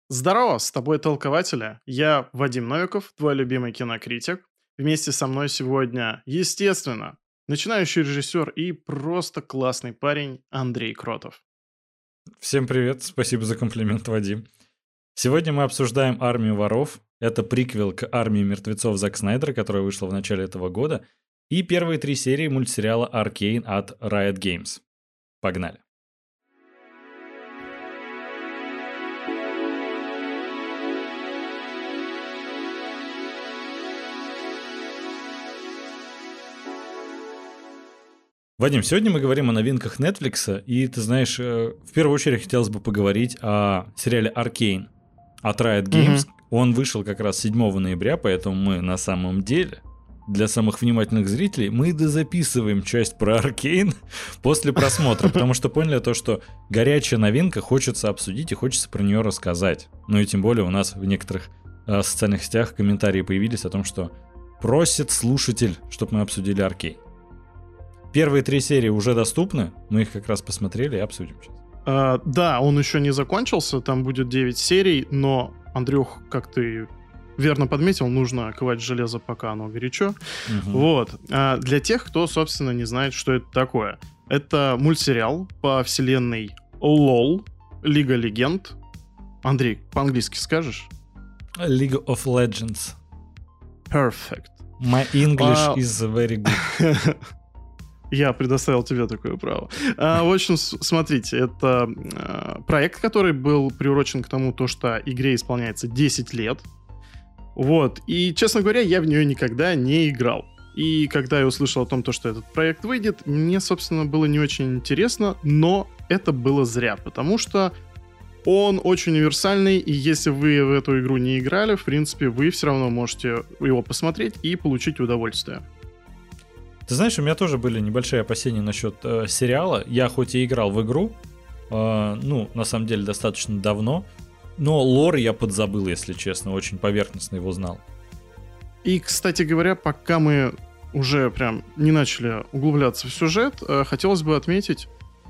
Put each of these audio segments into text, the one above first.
Здорово, с тобой толкователя. Я Вадим Новиков, твой любимый кинокритик. Вместе со мной сегодня, естественно, начинающий режиссер и просто классный парень Андрей Кротов. Всем привет, спасибо за комплимент, Вадим. Сегодня мы обсуждаем «Армию воров». Это приквел к «Армии мертвецов» Зака Снайдера, которая вышла в начале этого года, и первые 3 серии мультсериала «Аркейн» от Riot Games. Погнали. Вадим, сегодня мы говорим о новинках Netflix, и ты знаешь, в первую очередь хотелось бы поговорить о сериале «Аркейн» от Riot Games. Он вышел как раз 7 ноября, поэтому мы на самом деле, для самых внимательных зрителей, мы дозаписываем часть про «Аркейн» после просмотра, потому что поняли то, что горячая новинка, хочется обсудить и хочется про нее рассказать. Ну и тем более у нас в некоторых социальных сетях комментарии появились о том, что просит слушатель, чтобы мы обсудили «Аркейн». Первые 3 серии уже доступны, мы их как раз посмотрели и обсудим сейчас. Да, он еще не закончился, там будет 9 серий, но, Андрюх, как ты верно подметил, нужно ковать железо, пока оно горячо. Вот. Для тех, кто, собственно, не знает, что это такое. Это мультсериал по вселенной LOL, Лига Легенд. Андрей, по-английски скажешь? League of Legends. Perfect. My English is very good. Я предоставил тебе такое право. В общем, смотрите, это проект, который был приурочен к тому, что игре исполняется 10 лет. Вот. И, честно говоря, я в нее никогда не играл. И когда я услышал о том, что этот проект выйдет, мне, собственно, было не очень интересно, но это было зря, потому что он очень универсальный, и если вы в эту игру не играли, в принципе, вы все равно можете его посмотреть и получить удовольствие. Ты знаешь, у меня тоже были небольшие опасения насчет сериала. Я хоть и играл в игру, на самом деле достаточно давно, но лор я подзабыл, если честно, очень поверхностно его знал. И, кстати говоря, пока мы уже прям не начали углубляться в сюжет, хотелось бы отметить,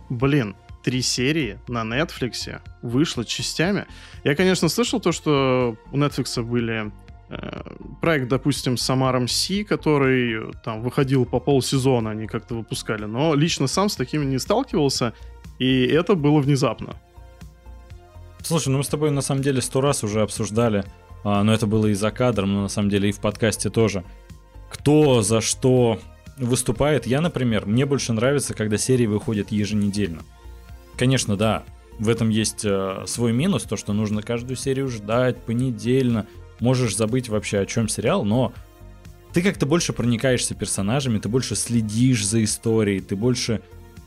3 серии на Netflix вышло частями. Я, конечно, слышал то, что у Netflix были... проект, допустим, с Омаром Си, который там выходил по полсезона, они как-то выпускали, но лично сам с такими не сталкивался, и это было внезапно. Слушай, мы с тобой на самом деле 100 раз уже обсуждали, но это было и за кадром, но на самом деле и в подкасте тоже, кто за что выступает. Я, например, мне больше нравится, когда серии выходят еженедельно. Конечно, да, в этом есть свой минус, то, что нужно каждую серию ждать понедельно. Можешь забыть вообще, о чем сериал, но ты как-то больше проникаешься персонажами, ты больше следишь за историей, ты больше,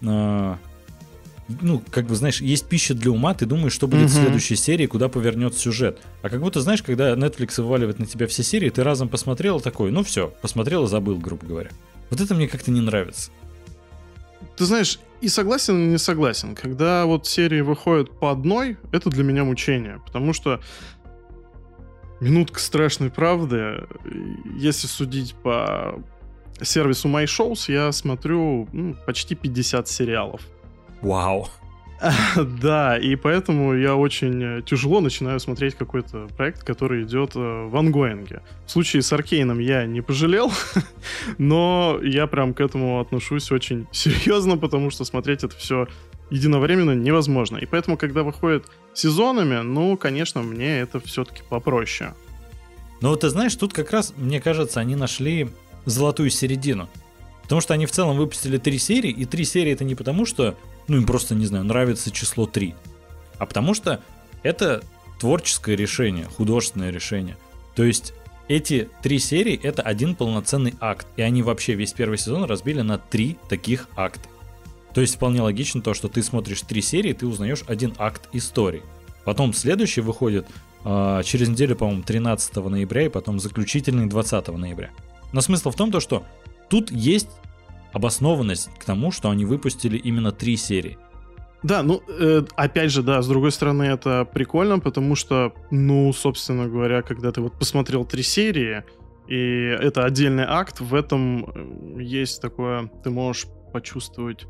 знаешь, есть пища для ума, ты думаешь, что будет в следующей серии, куда повернет сюжет. А как будто, знаешь, когда Netflix вываливает на тебя все серии, ты разом посмотрел такой, все, посмотрел и забыл, грубо говоря. Вот это мне как-то не нравится. Ты знаешь, и согласен, и не согласен. Когда вот серии выходят по одной, это для меня мучение, потому что минутка страшной правды. Если судить по сервису MyShows, я смотрю почти 50 сериалов. Вау. Да, и поэтому я очень тяжело начинаю смотреть какой-то проект, который идет в ангоинге. В случае с Аркейном я не пожалел, но я прям к этому отношусь очень серьезно, потому что смотреть это все единовременно невозможно. И поэтому, когда выходит сезонами, конечно, мне это все-таки попроще. Но вот ты знаешь, тут как раз, мне кажется, они нашли золотую середину. Потому что они в целом выпустили 3 серии, и 3 серии это не потому, что, им просто, не знаю, нравится число 3, а потому что это творческое решение, художественное решение. То есть эти 3 серии это один полноценный акт, и они вообще весь первый сезон разбили на 3 таких акта. То есть вполне логично то, что ты смотришь 3 серии, ты узнаешь один акт истории. Потом следующий выходит через неделю, по-моему, 13 ноября, и потом заключительный 20 ноября. Но смысл в том, что тут есть обоснованность к тому, что они выпустили именно 3 серии. Да, опять же, да, с другой стороны, это прикольно, потому что, собственно говоря, когда ты вот посмотрел 3 серии, и это отдельный акт, в этом есть такое, ты можешь почувствовать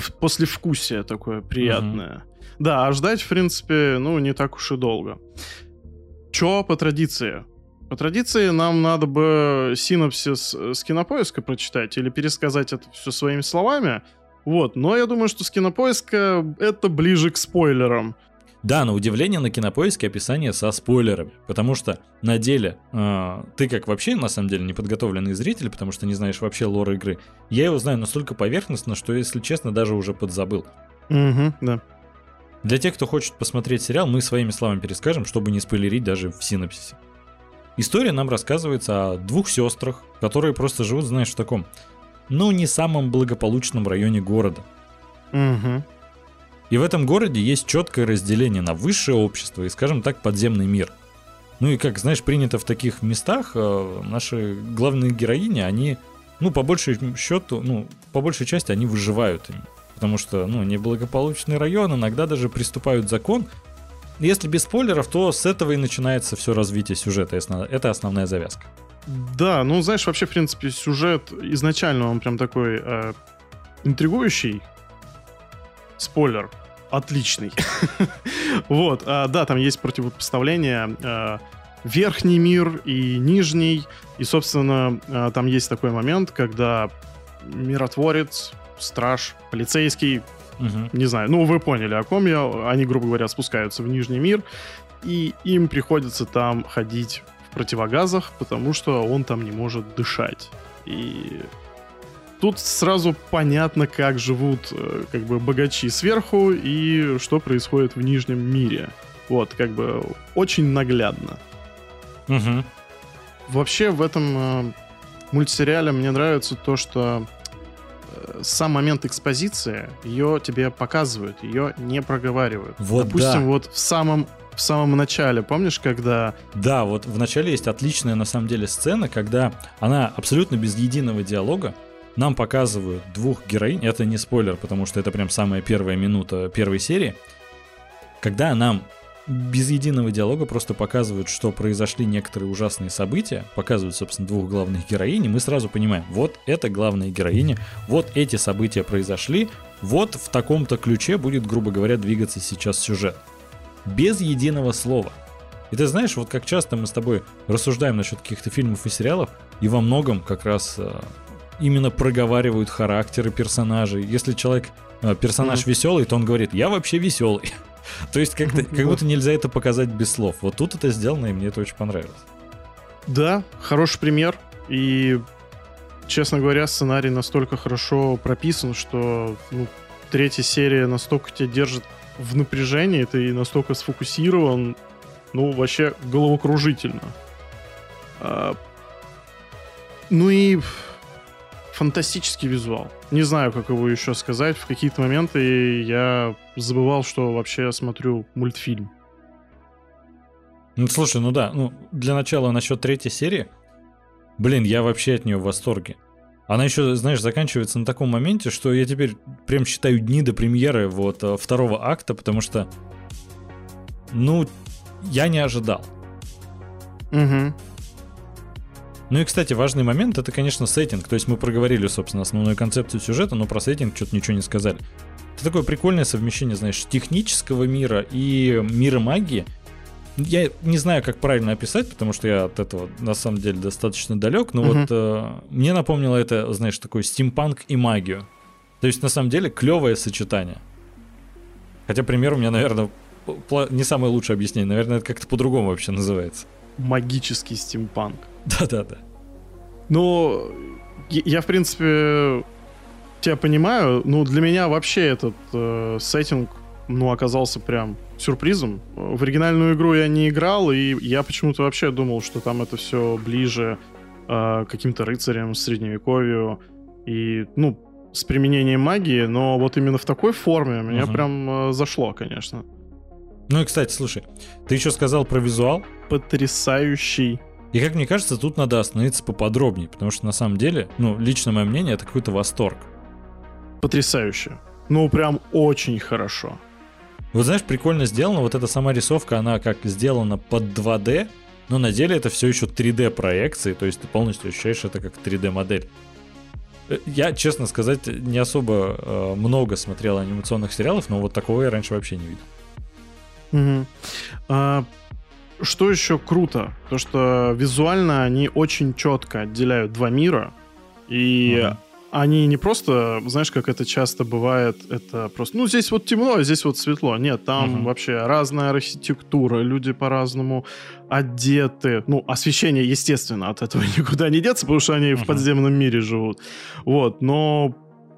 послевкусие такое приятное. Да, а ждать, в принципе, не так уж и долго. Чё по традиции? По традиции нам надо бы синопсис с Кинопоиска прочитать или пересказать это все своими словами. Вот, но я думаю, что с Кинопоиска это ближе к спойлерам. Да, на удивление на Кинопоиске описание со спойлерами, потому что на деле ты как вообще на самом деле неподготовленный зритель, потому что не знаешь вообще лор игры, я его знаю настолько поверхностно, что, если честно, даже уже подзабыл. Да. Для тех, кто хочет посмотреть сериал, мы своими словами перескажем, чтобы не спойлерить даже в синопсисе. История нам рассказывается о двух сестрах, которые просто живут, знаешь, в таком, не самом благополучном районе города. И в этом городе есть четкое разделение на высшее общество и, скажем так, подземный мир. Ну и, как, знаешь, принято в таких местах, наши главные героини, они, по большей части они выживают ими. Потому что, неблагополучный район, иногда даже приступают закон. Если без спойлеров, то с этого и начинается все развитие сюжета. Это основная завязка. Да, знаешь, вообще, в принципе, сюжет изначально он прям такой интригующий. Спойлер. Отличный. Вот, да, там есть противопоставление верхний мир и нижний. И, собственно, там есть такой момент, когда миротворец, страж, полицейский, не знаю, вы поняли, о ком я. Они, грубо говоря, спускаются в нижний мир, и им приходится там ходить в противогазах, потому что он там не может дышать. И тут сразу понятно, как живут богачи сверху и что происходит в нижнем мире. Вот, очень наглядно. Вообще в этом мультсериале мне нравится то, что сам момент экспозиции, ее тебе показывают, ее не проговаривают. Вот, допустим, да. вот в самом начале, помнишь, когда... Да, вот в начале есть отличная, на самом деле, сцена, когда она абсолютно без единого диалога нам показывают двух героинь. Это не спойлер, потому что это прям самая первая минута первой серии. Когда нам без единого диалога просто показывают, что произошли некоторые ужасные события, показывают, собственно, двух главных героинь, и мы сразу понимаем, вот это главная героиня, вот эти события произошли, вот в таком-то ключе будет, грубо говоря, двигаться сейчас сюжет. Без единого слова. И ты знаешь, вот как часто мы с тобой рассуждаем насчет каких-то фильмов и сериалов, и во многом как раз именно проговаривают характеры персонажей. Если персонаж веселый, то он говорит, я вообще веселый. То есть как будто нельзя это показать без слов. Вот тут это сделано, и мне это очень понравилось. Да, хороший пример. И, честно говоря, сценарий настолько хорошо прописан, что третья серия настолько тебя держит в напряжении, ты настолько сфокусирован, вообще головокружительно. И фантастический визуал. Не знаю, как его еще сказать. В какие-то моменты я забывал, что вообще смотрю мультфильм. Слушай, для начала насчет третьей серии, я вообще от нее в восторге. Она еще, знаешь, заканчивается на таком моменте, что я теперь прям считаю дни до премьеры второго акта, потому что, я не ожидал. И, кстати, важный момент — это, конечно, сеттинг. То есть мы проговорили, собственно, основную концепцию сюжета, но про сеттинг что-то ничего не сказали. Это такое прикольное совмещение, знаешь, технического мира и мира магии. Я не знаю, как правильно описать, потому что я от этого, на самом деле, достаточно далек, но мне напомнило это, знаешь, такой стимпанк и магию. То есть, на самом деле, клевое сочетание. Хотя пример у меня, наверное, не самое лучшее объяснение. Наверное, это как-то по-другому вообще называется. Магический стимпанк. Да-да-да. Я, в принципе, тебя понимаю. Для меня вообще этот сеттинг, оказался прям сюрпризом. В оригинальную игру я не играл, и я почему-то вообще думал, что там это все ближе к каким-то рыцарям, средневековью и, с применением магии, но вот именно в такой форме меня прям зашло, конечно. И, кстати, слушай, ты еще сказал про визуал. Потрясающий. И, как мне кажется, тут надо остановиться поподробнее, потому что, на самом деле, лично мое мнение, это какой-то восторг. Потрясающе. Прям очень хорошо. Вот знаешь, прикольно сделано, вот эта сама рисовка, она как сделана под 2D, но на деле это все еще 3D проекции, то есть ты полностью ощущаешь это как 3D модель. Я, честно сказать, не особо много смотрел анимационных сериалов, но вот такого я раньше вообще не видел. что еще круто? То, что визуально они очень четко отделяют два мира, и они не просто, знаешь, как это часто бывает, это просто, ну, здесь вот темно, а здесь вот светло. Нет, там вообще разная архитектура, люди по-разному одеты. Ну, освещение, естественно, от этого никуда не деться, потому что они в подземном мире живут. Вот, но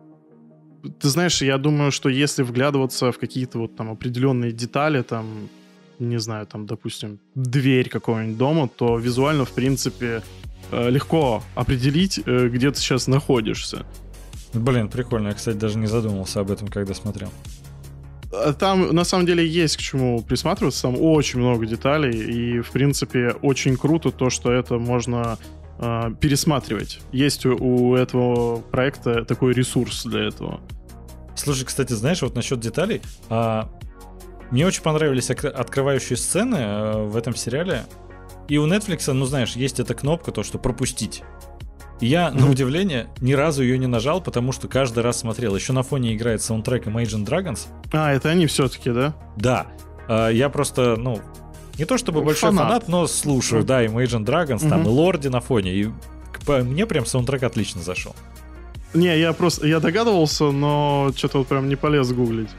ты знаешь, я думаю, что если вглядываться в какие-то вот там определенные детали, там, не знаю, там, допустим, дверь какого-нибудь дома, то визуально, в принципе, легко определить, где ты сейчас находишься. Блин, прикольно. Я, кстати, даже не задумывался об этом, когда смотрел. Там, на самом деле, есть к чему присматриваться. Там очень много деталей. И, в принципе, очень круто то, что это можно пересматривать. Есть у этого проекта такой ресурс для этого. Слушай, кстати, знаешь, вот насчет деталей... Мне очень понравились открывающие сцены в этом сериале. И у Netflix, ну знаешь, есть эта кнопка, то, что пропустить. И я, на удивление, ни разу ее не нажал, потому что каждый раз смотрел. Еще на фоне играет саундтрек Imagine Dragons. А, это они все-таки, да? Да. Я просто, ну, не то чтобы большой фанат, но слушаю, да, Imagine Dragons, там и Лорди на фоне. И мне прям саундтрек отлично зашел. Не, я догадывался, но что-то вот прям не полез гуглить.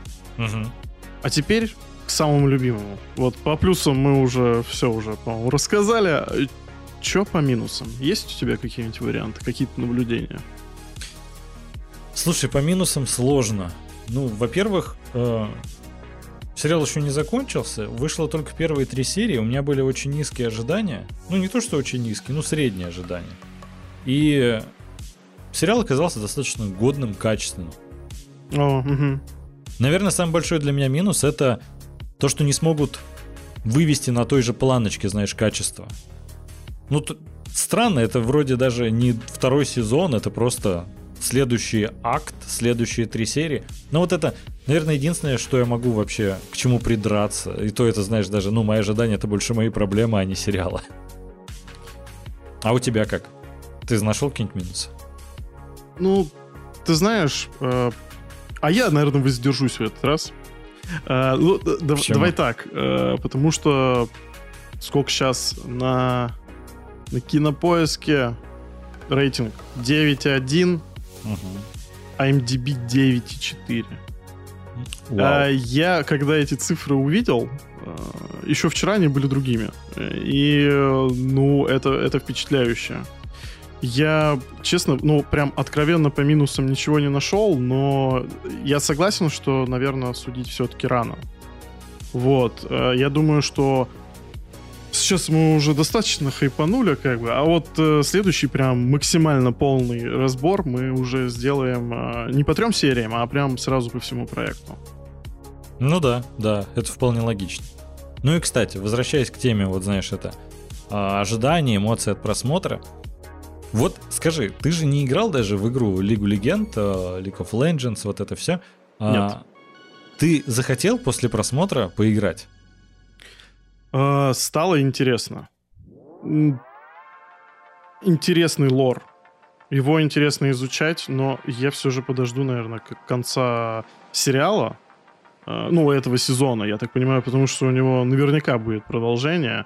А теперь к самому любимому. Вот по плюсам мы уже все уже, по-моему, рассказали. Че по минусам? Есть у тебя какие-нибудь варианты, какие-то наблюдения? Слушай, по минусам сложно. Ну, во-первых, сериал еще не закончился. Вышло только первые 3 серии. У меня были очень низкие ожидания. Ну, не то, что очень низкие, но средние ожидания. И сериал оказался достаточно годным, качественным. Наверное, самый большой для меня минус — это то, что не смогут вывести на той же планочке, знаешь, качество. Ну, странно, это вроде даже не 2-й сезон, это просто следующий акт, следующие 3 серии. Но вот это, наверное, единственное, что я могу вообще к чему придраться. И то это, знаешь, даже, ну, мои ожидания — это больше мои проблемы, а не сериала. А у тебя как? Ты нашел какие-нибудь минусы? Ну, ты знаешь... А я, наверное, воздержусь в этот раз. Давай так, потому что сколько сейчас на Кинопоиске рейтинг 9.1, IMDb 9.4. Я, когда эти цифры увидел, еще вчера они были другими. И, ну, это впечатляюще. Я, честно, ну, прям откровенно по минусам ничего не нашел, но я согласен, что, наверное, судить все-таки рано. Вот. Я думаю, что сейчас мы уже достаточно хайпанули, как бы, а вот следующий прям максимально полный разбор мы уже сделаем не по 3 сериям, а прям сразу по всему проекту. Ну да, это вполне логично. Ну и, кстати, возвращаясь к теме, вот знаешь, это ожидания, эмоции от просмотра. Вот скажи, ты же не играл даже в игру Лигу Легенд, League of Legends, вот это все? Нет. Ты захотел после просмотра поиграть? Стало интересно. Интересный лор. Его интересно изучать, но я все же подожду, наверное, конца сериала. Ну, этого сезона, я так понимаю, потому что у него наверняка будет продолжение.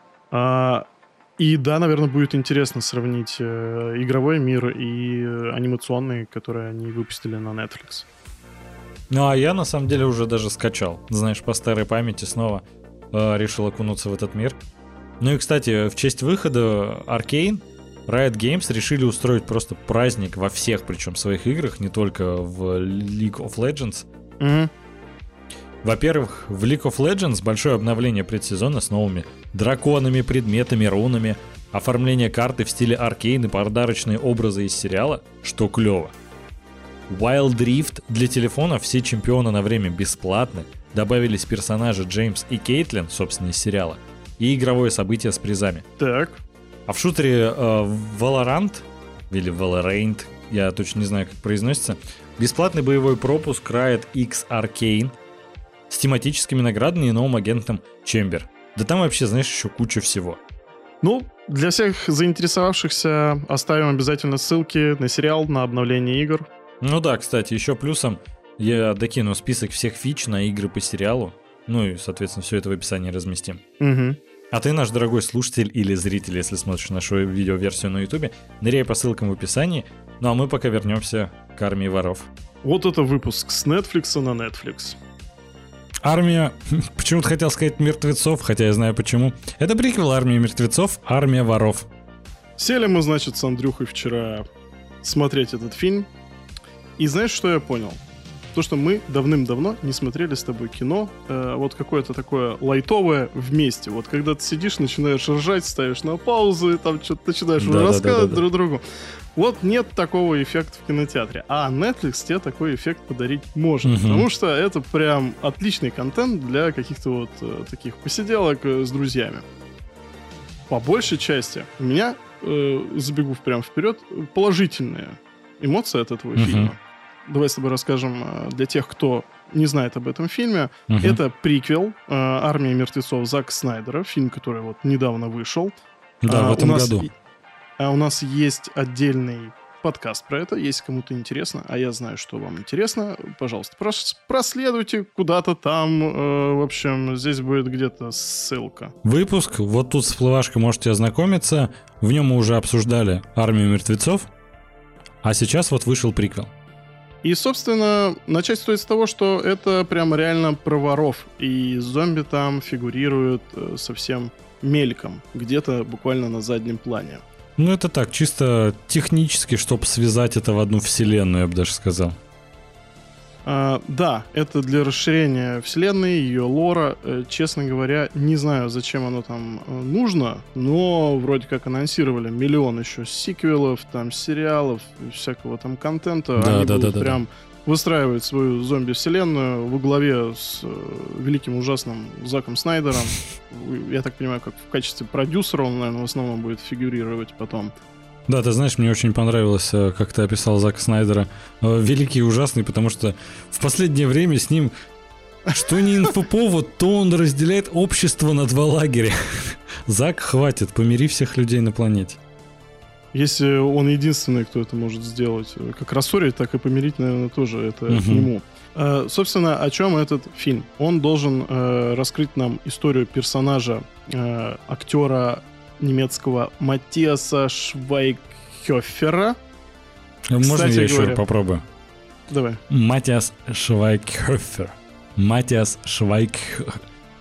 И да, наверное, будет интересно сравнить игровой мир и анимационный, которые они выпустили на Netflix. Ну, а я, на самом деле, уже даже скачал. Знаешь, по старой памяти снова решил окунуться в этот мир. Ну и, кстати, в честь выхода Arcane, Riot Games решили устроить просто праздник во всех, причем, своих играх, не только в League of Legends. Во-первых, в League of Legends большое обновление предсезона с новыми драконами, предметами, рунами, оформление карты в стиле Arcane и подарочные образы из сериала, что клево. Wild Rift для телефона все чемпионы на время бесплатны, добавились персонажи Джеймс и Кейтлин, собственно, из сериала, и игровое событие с призами. Так. А в шутере Valorant, или Valorant, я точно не знаю, как произносится, бесплатный боевой пропуск Riot X Arcane с тематическими наградами и новым агентом Чембер. Да там вообще, знаешь, еще куча всего. Ну, для всех заинтересовавшихся оставим обязательно ссылки на сериал, на обновление игр. Ну да, кстати, еще плюсом я докину список всех фич на игры по сериалу. Ну и, соответственно, все это в описании разместим. Угу. А ты, наш дорогой слушатель или зритель, если смотришь нашу видеоверсию на YouTube, ныряй по ссылкам в описании. Ну а мы пока вернемся к «Армии воров». Вот это выпуск с Netflix на Netflix. «Армия...» Почему-то хотел сказать «мертвецов», хотя я знаю почему. Это приквел «Армии мертвецов», «Армия воров». Сели мы, значит, с Андрюхой вчера смотреть этот фильм. И знаешь, что я понял? То, что мы давным-давно не смотрели с тобой кино, вот какое-то такое лайтовое вместе. Вот когда ты сидишь, начинаешь ржать, ставишь на паузу и там что-то начинаешь уже рассказывать друг другу. Вот нет такого эффекта в кинотеатре. А Netflix тебе такой эффект подарить может. Потому что это прям отличный контент для каких-то вот таких посиделок с друзьями. По большей части у меня, забегу прям вперед, положительные эмоции от этого фильма. Давай с тобой расскажем для тех, кто не знает об этом фильме. Это приквел «Армия мертвецов» Зака Снайдера, фильм, который вот недавно вышел. Да, в этом году. У нас есть отдельный подкаст про это, если кому-то интересно, а я знаю, что вам интересно, пожалуйста, проследуйте куда-то там, в общем, здесь будет где-то ссылка. Выпуск, вот тут с всплывашкой можете ознакомиться, в нем мы уже обсуждали «Армию мертвецов», а сейчас вот вышел приквел. И, собственно, начать стоит с того, что это прям реально про воров. И зомби там фигурируют совсем мельком, где-то буквально на заднем плане. Ну, это так, чисто технически, чтобы связать это в одну вселенную, я бы даже сказал. Да, это для расширения вселенной, ее лора. Честно говоря, не знаю, зачем оно там нужно, но вроде как анонсировали миллион еще сиквелов, там сериалов, всякого там контента. Да, Они да, будут да, прям выстраивать свою зомби-вселенную во главе с великим ужасным Заком Снайдером. Я так понимаю, как в качестве продюсера он, наверное, в основном будет фигурировать потом. Да, ты знаешь, мне очень понравилось, как ты описал Зака Снайдера. Великий и ужасный, потому что в последнее время с ним что не инфоповод, то он разделяет общество на два лагеря. Зак, хватит, помири всех людей на планете. Если он единственный, кто это может сделать, как рассорить, так и помирить, наверное, тоже это к нему. Собственно, о чем этот фильм? Он должен раскрыть нам историю персонажа, актера немецкого Матиаса Швайгхёфера. Можно я еще попробую? Давай. Матиас Швайгхёфер. Матиас Швайгхёфер.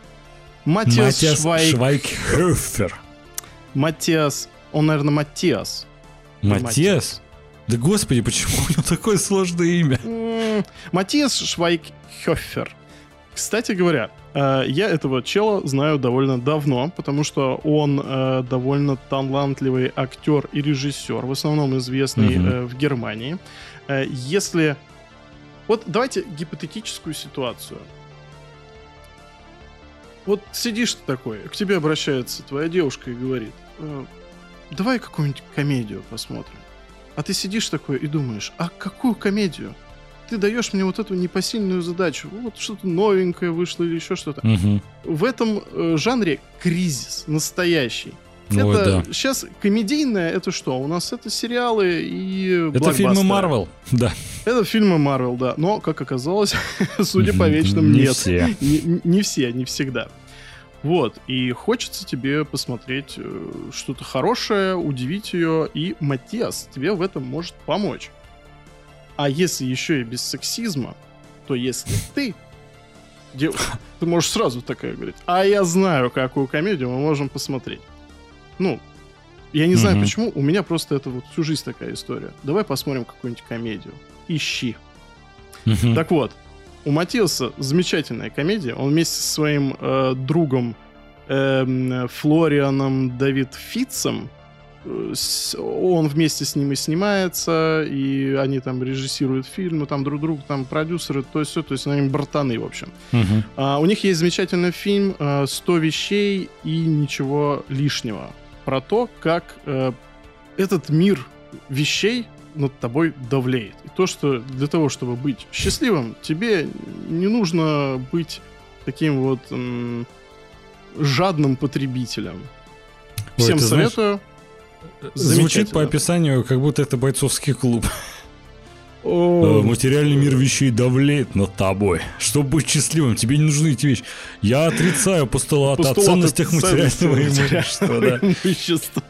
Матиас, он, наверное, Матиас. Матиас? Да господи, почему у него такое сложное имя? Матиас Швайгхёфер. Кстати говоря, я этого чела знаю довольно давно, потому что он довольно талантливый актер и режиссер, в основном известный в Германии. Если... Вот давайте гипотетическую ситуацию. Вот сидишь ты такой, к тебе обращается твоя девушка и говорит: давай какую-нибудь комедию посмотрим. А ты сидишь такой и думаешь: а какую комедию? Ты даешь мне вот эту непосильную задачу, вот что-то новенькое вышло или еще что-то. В этом жанре кризис настоящий. Ой, это да. Сейчас комедийное, это что? У нас это сериалы и это фильмы Марвел, да. Это фильмы Марвел, да. Но, как оказалось, судя по вечным, нет. Все. Не все, не всегда. Вот, и хочется тебе посмотреть что-то хорошее, удивить ее, и Матиас тебе в этом может помочь. А если еще и без сексизма, то если ты можешь сразу такая говорить: а я знаю, какую комедию мы можем посмотреть. Ну, я не знаю почему, у меня просто это вот всю жизнь такая история. Давай посмотрим какую-нибудь комедию. Ищи. Так вот, у Матиаса замечательная комедия. Он вместе со своим другом Флорианом Давид Фитцем, он вместе с ним и снимается, и они там режиссируют фильмы, там друг другу, там продюсеры, то есть все, то есть они братаны, в общем. У них есть замечательный фильм «100 вещей и ничего лишнего», про то, как этот мир вещей над тобой давлеет. И то, что для того, чтобы быть счастливым, тебе не нужно быть таким вот жадным потребителем. Всем советую. Звучит по описанию, как будто это бойцовский клуб. Материальный мир вещей давлеет над тобой. Чтобы быть счастливым, тебе не нужны эти вещи. Я отрицаю постулаты о ценностях материального имущества.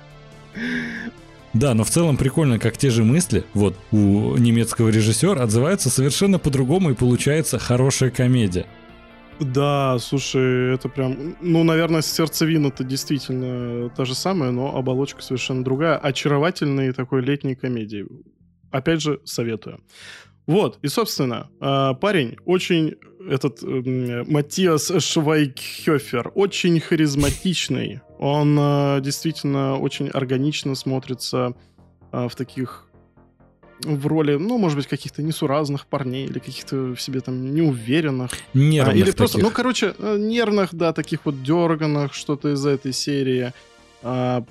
Да, но в целом прикольно, как те же мысли, вот, у немецкого режиссера отзываются совершенно по-другому, и получается хорошая комедия. Да, слушай, это прям... Ну, наверное, сердцевина-то действительно та же самая, но оболочка совершенно другая. Очаровательной такой летней комедии. Опять же, советую. Вот, и, собственно, парень очень... Этот Матиас Швайгхёфер очень харизматичный. Он действительно очень органично смотрится в таких... в роли, ну, может быть, каких-то несуразных парней или каких-то в себе там неуверенных. Нервных или просто, таких. ну, короче, нервных, да, таких вот дерганых, что-то из этой серии. В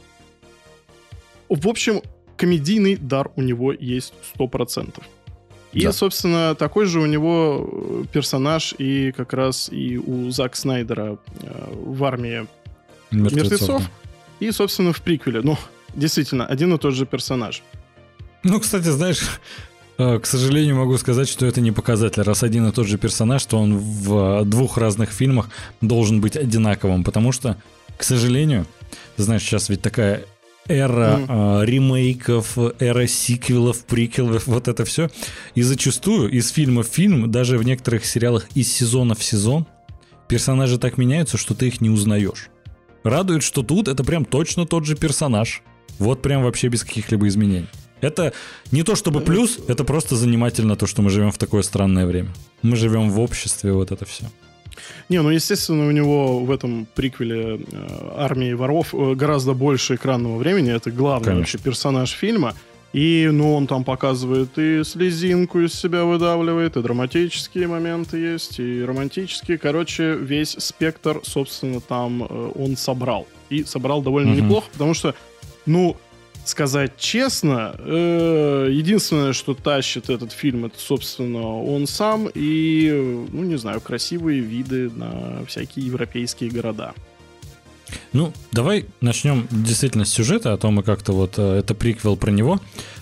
общем, комедийный дар у него есть 100%. И, Да. собственно, такой же у него персонаж и как раз и у Зака Снайдера в «Армии мертвецов». Да. И, собственно, в приквеле. Ну, действительно, один и тот же персонаж. Ну, кстати, знаешь, к сожалению, могу сказать, что это не показатель. Раз один и тот же персонаж, то он в двух разных фильмах должен быть одинаковым. Потому что, к сожалению, ты знаешь, сейчас ведь такая эра ремейков, эра сиквелов, приквелов, вот это все. И зачастую из фильма в фильм, даже в некоторых сериалах из сезона в сезон, персонажи так меняются, что ты их не узнаешь. Радует, что тут это прям точно тот же персонаж. Вот прям вообще без каких-либо изменений. Это не то чтобы плюс, это просто занимательно то, что мы живем в такое странное время. Мы живем в обществе, вот это все. Не, ну, естественно, у него в этом приквеле «Армии воров» гораздо больше экранного времени. Это главный вообще персонаж фильма. И, ну, он там показывает и слезинку из себя выдавливает, и драматические моменты есть, и романтические. Короче, весь спектр, собственно, там он собрал. И собрал довольно неплохо, потому что, ну... Сказать честно, единственное, что тащит этот фильм, это, собственно, он сам и, ну, не знаю, красивые виды на всякие европейские города. Ну, давай начнем действительно с сюжета, а то мы как-то вот, это приквел про него.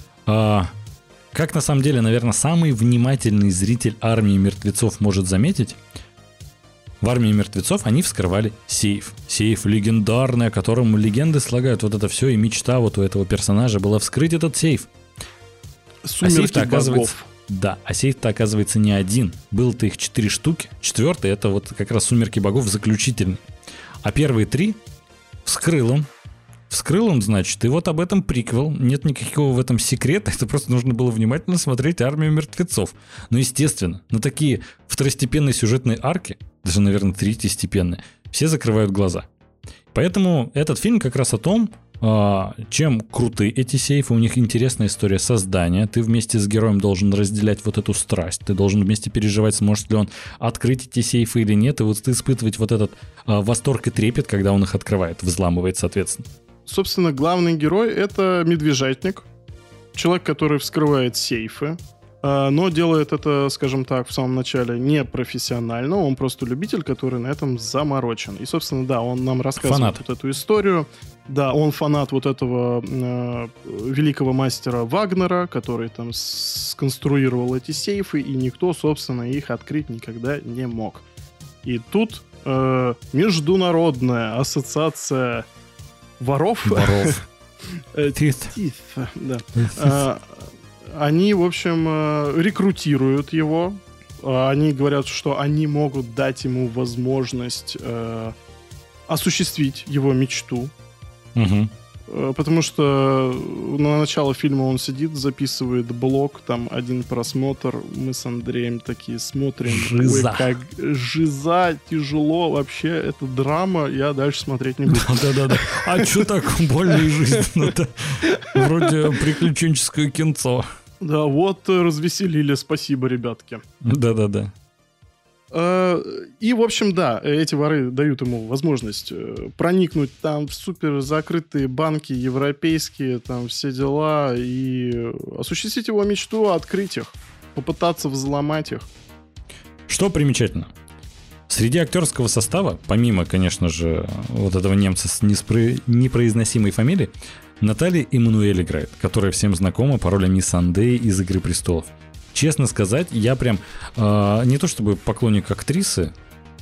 Как на самом деле, наверное, самый внимательный зритель «Армии мертвецов» может заметить, в «Армии мертвецов» они вскрывали сейф. Сейф легендарный, о котором легенды слагают вот это все, и мечта вот у этого персонажа была вскрыть этот сейф. Сумерки богов. Да, а сейф-то оказывается не один. Было-то их 4 штуки. 4-й это вот как раз «Сумерки богов» заключительный. А первые 3 вскрыл он. Вскрыл он, значит, и вот об этом приквел. Нет никакого в этом секрета. Это просто нужно было внимательно смотреть «Армию мертвецов». Ну, естественно, на такие второстепенные сюжетные арки, даже, наверное, третьестепенные, все закрывают глаза. Поэтому этот фильм как раз о том, чем круты эти сейфы. У них интересная история создания. Ты вместе с героем должен разделять вот эту страсть. Ты должен вместе переживать, сможет ли он открыть эти сейфы или нет. И вот ты испытывать вот этот восторг и трепет, когда он их открывает, взламывает, соответственно. Собственно, главный герой — это медвежатник. Человек, который вскрывает сейфы. Но делает это, скажем так, в самом начале не профессионально. Он просто любитель, который на этом заморочен. И, собственно, да, он нам рассказывает вот эту историю. Да, он фанат вот этого великого мастера Вагнера, который там сконструировал эти сейфы, и никто, собственно, их открыть никогда не мог. И тут Международная ассоциация воров. Thief, да. Они, в общем, рекрутируют его. Они говорят, что они могут дать ему возможность осуществить его мечту. Потому что на начало фильма он сидит, записывает блог, там один просмотр. Мы с Андреем такие смотрим. Жиза. Ой, как жиза, тяжело. Вообще, это драма, я дальше смотреть не буду. Да-да-да. А что так больно и жизненно-то? Вроде приключенческое кинцо. Да, вот развеселили, спасибо, ребятки. Да-да-да. И, в общем, да, эти воры дают ему возможность проникнуть там в супер закрытые банки европейские, там все дела, и осуществить его мечту, открыть их, попытаться взломать их. Что примечательно? Среди актерского состава, помимо, конечно же, вот этого немца с непроизносимой фамилией, Наталья Эммануэль играет, которая всем знакома по роли мисс Андей из «Игры престолов». Честно сказать, я прям не то чтобы поклонник актрисы,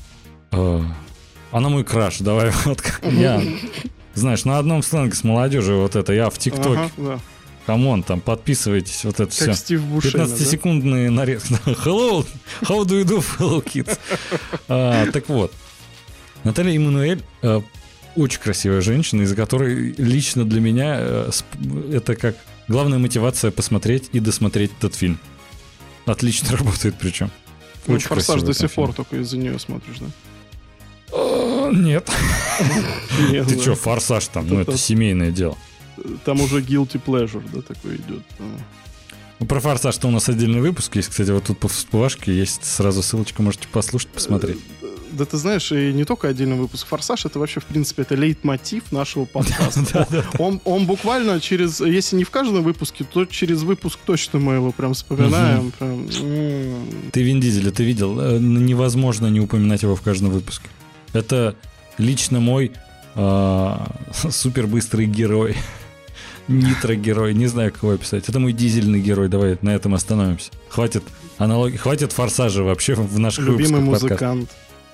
она мой краш, давай вот как я, знаешь, на одном сленге с молодежью вот это, я в ТикТоке. Да. Камон, там подписывайтесь, вот это Как все. Стив Бушеми, 15-секундные нарезки. Hello, how do you do, fellow kids? Так вот, Наталья Эммануэль очень красивая женщина, из-за которой лично для меня это как главная мотивация посмотреть и досмотреть этот фильм. Отлично работает причем. Очень «Форсаж» до сих пор только из-за нее смотришь, да? Нет. Ты что, «Форсаж» там, ну это семейное дело. Там уже guilty pleasure, да, такой идет. Про «Форсаж»-то у нас отдельный выпуск есть, кстати, вот тут по всплывашке есть сразу ссылочка, можете послушать, посмотреть. Да ты знаешь, и не только отдельный выпуск. «Форсаж» — это вообще, в принципе, это лейтмотив нашего подкаста. Он буквально через, если не в каждом выпуске, то через выпуск точно мы его прям вспоминаем. Ты Вин Дизеля, ты видел? Невозможно не упоминать его в каждом выпуске. Это лично мой супербыстрый герой. Нитро-герой, не знаю, как его описать. Это мой дизельный герой, давай на этом остановимся. Хватит аналогии, хватит «Форсажа» вообще в наших любимый выпусках музыкант.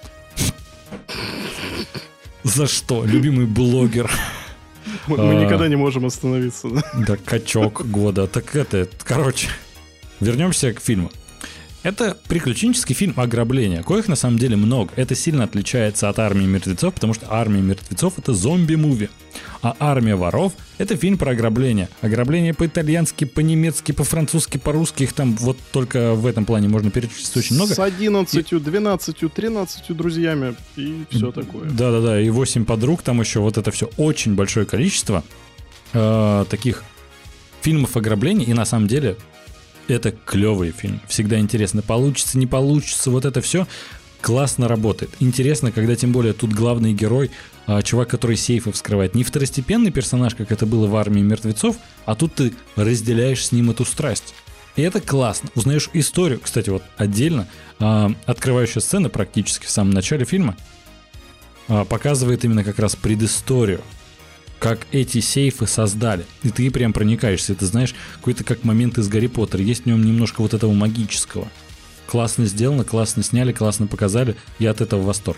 За что? Любимый блогер. Мы никогда не можем остановиться. Да, качок года. Так это, короче, вернемся к фильму. Это приключенческий фильм ограбления, коих на самом деле много. Это сильно отличается от «Армии мертвецов», потому что «Армия мертвецов» — это зомби-муви. А «Армия воров» — это фильм про ограбление. Ограбление по-итальянски, по-немецки, по-французски, по-русски. Их там вот только в этом плане можно перечислить очень много. С 11, 12, 13 друзьями и все такое. Да-да-да, и 8 подруг, там еще вот это все. Очень большое количество таких фильмов ограбления. И на самом деле это клевый фильм. Всегда интересно, получится, не получится. Вот это все классно работает. Интересно, когда тем более тут главный герой, чувак, который сейфы вскрывает. Не второстепенный персонаж, как это было в «Армии мертвецов», а тут ты разделяешь с ним эту страсть. И это классно. Узнаешь историю. Кстати, вот отдельно открывающая сцена практически в самом начале фильма показывает именно как раз предысторию, как эти сейфы создали. И ты прям проникаешься. Ты знаешь, какой-то как момент из «Гарри Поттера». Есть в нем немножко вот этого магического. Классно сделано, классно сняли, классно показали. Я от этого в восторге.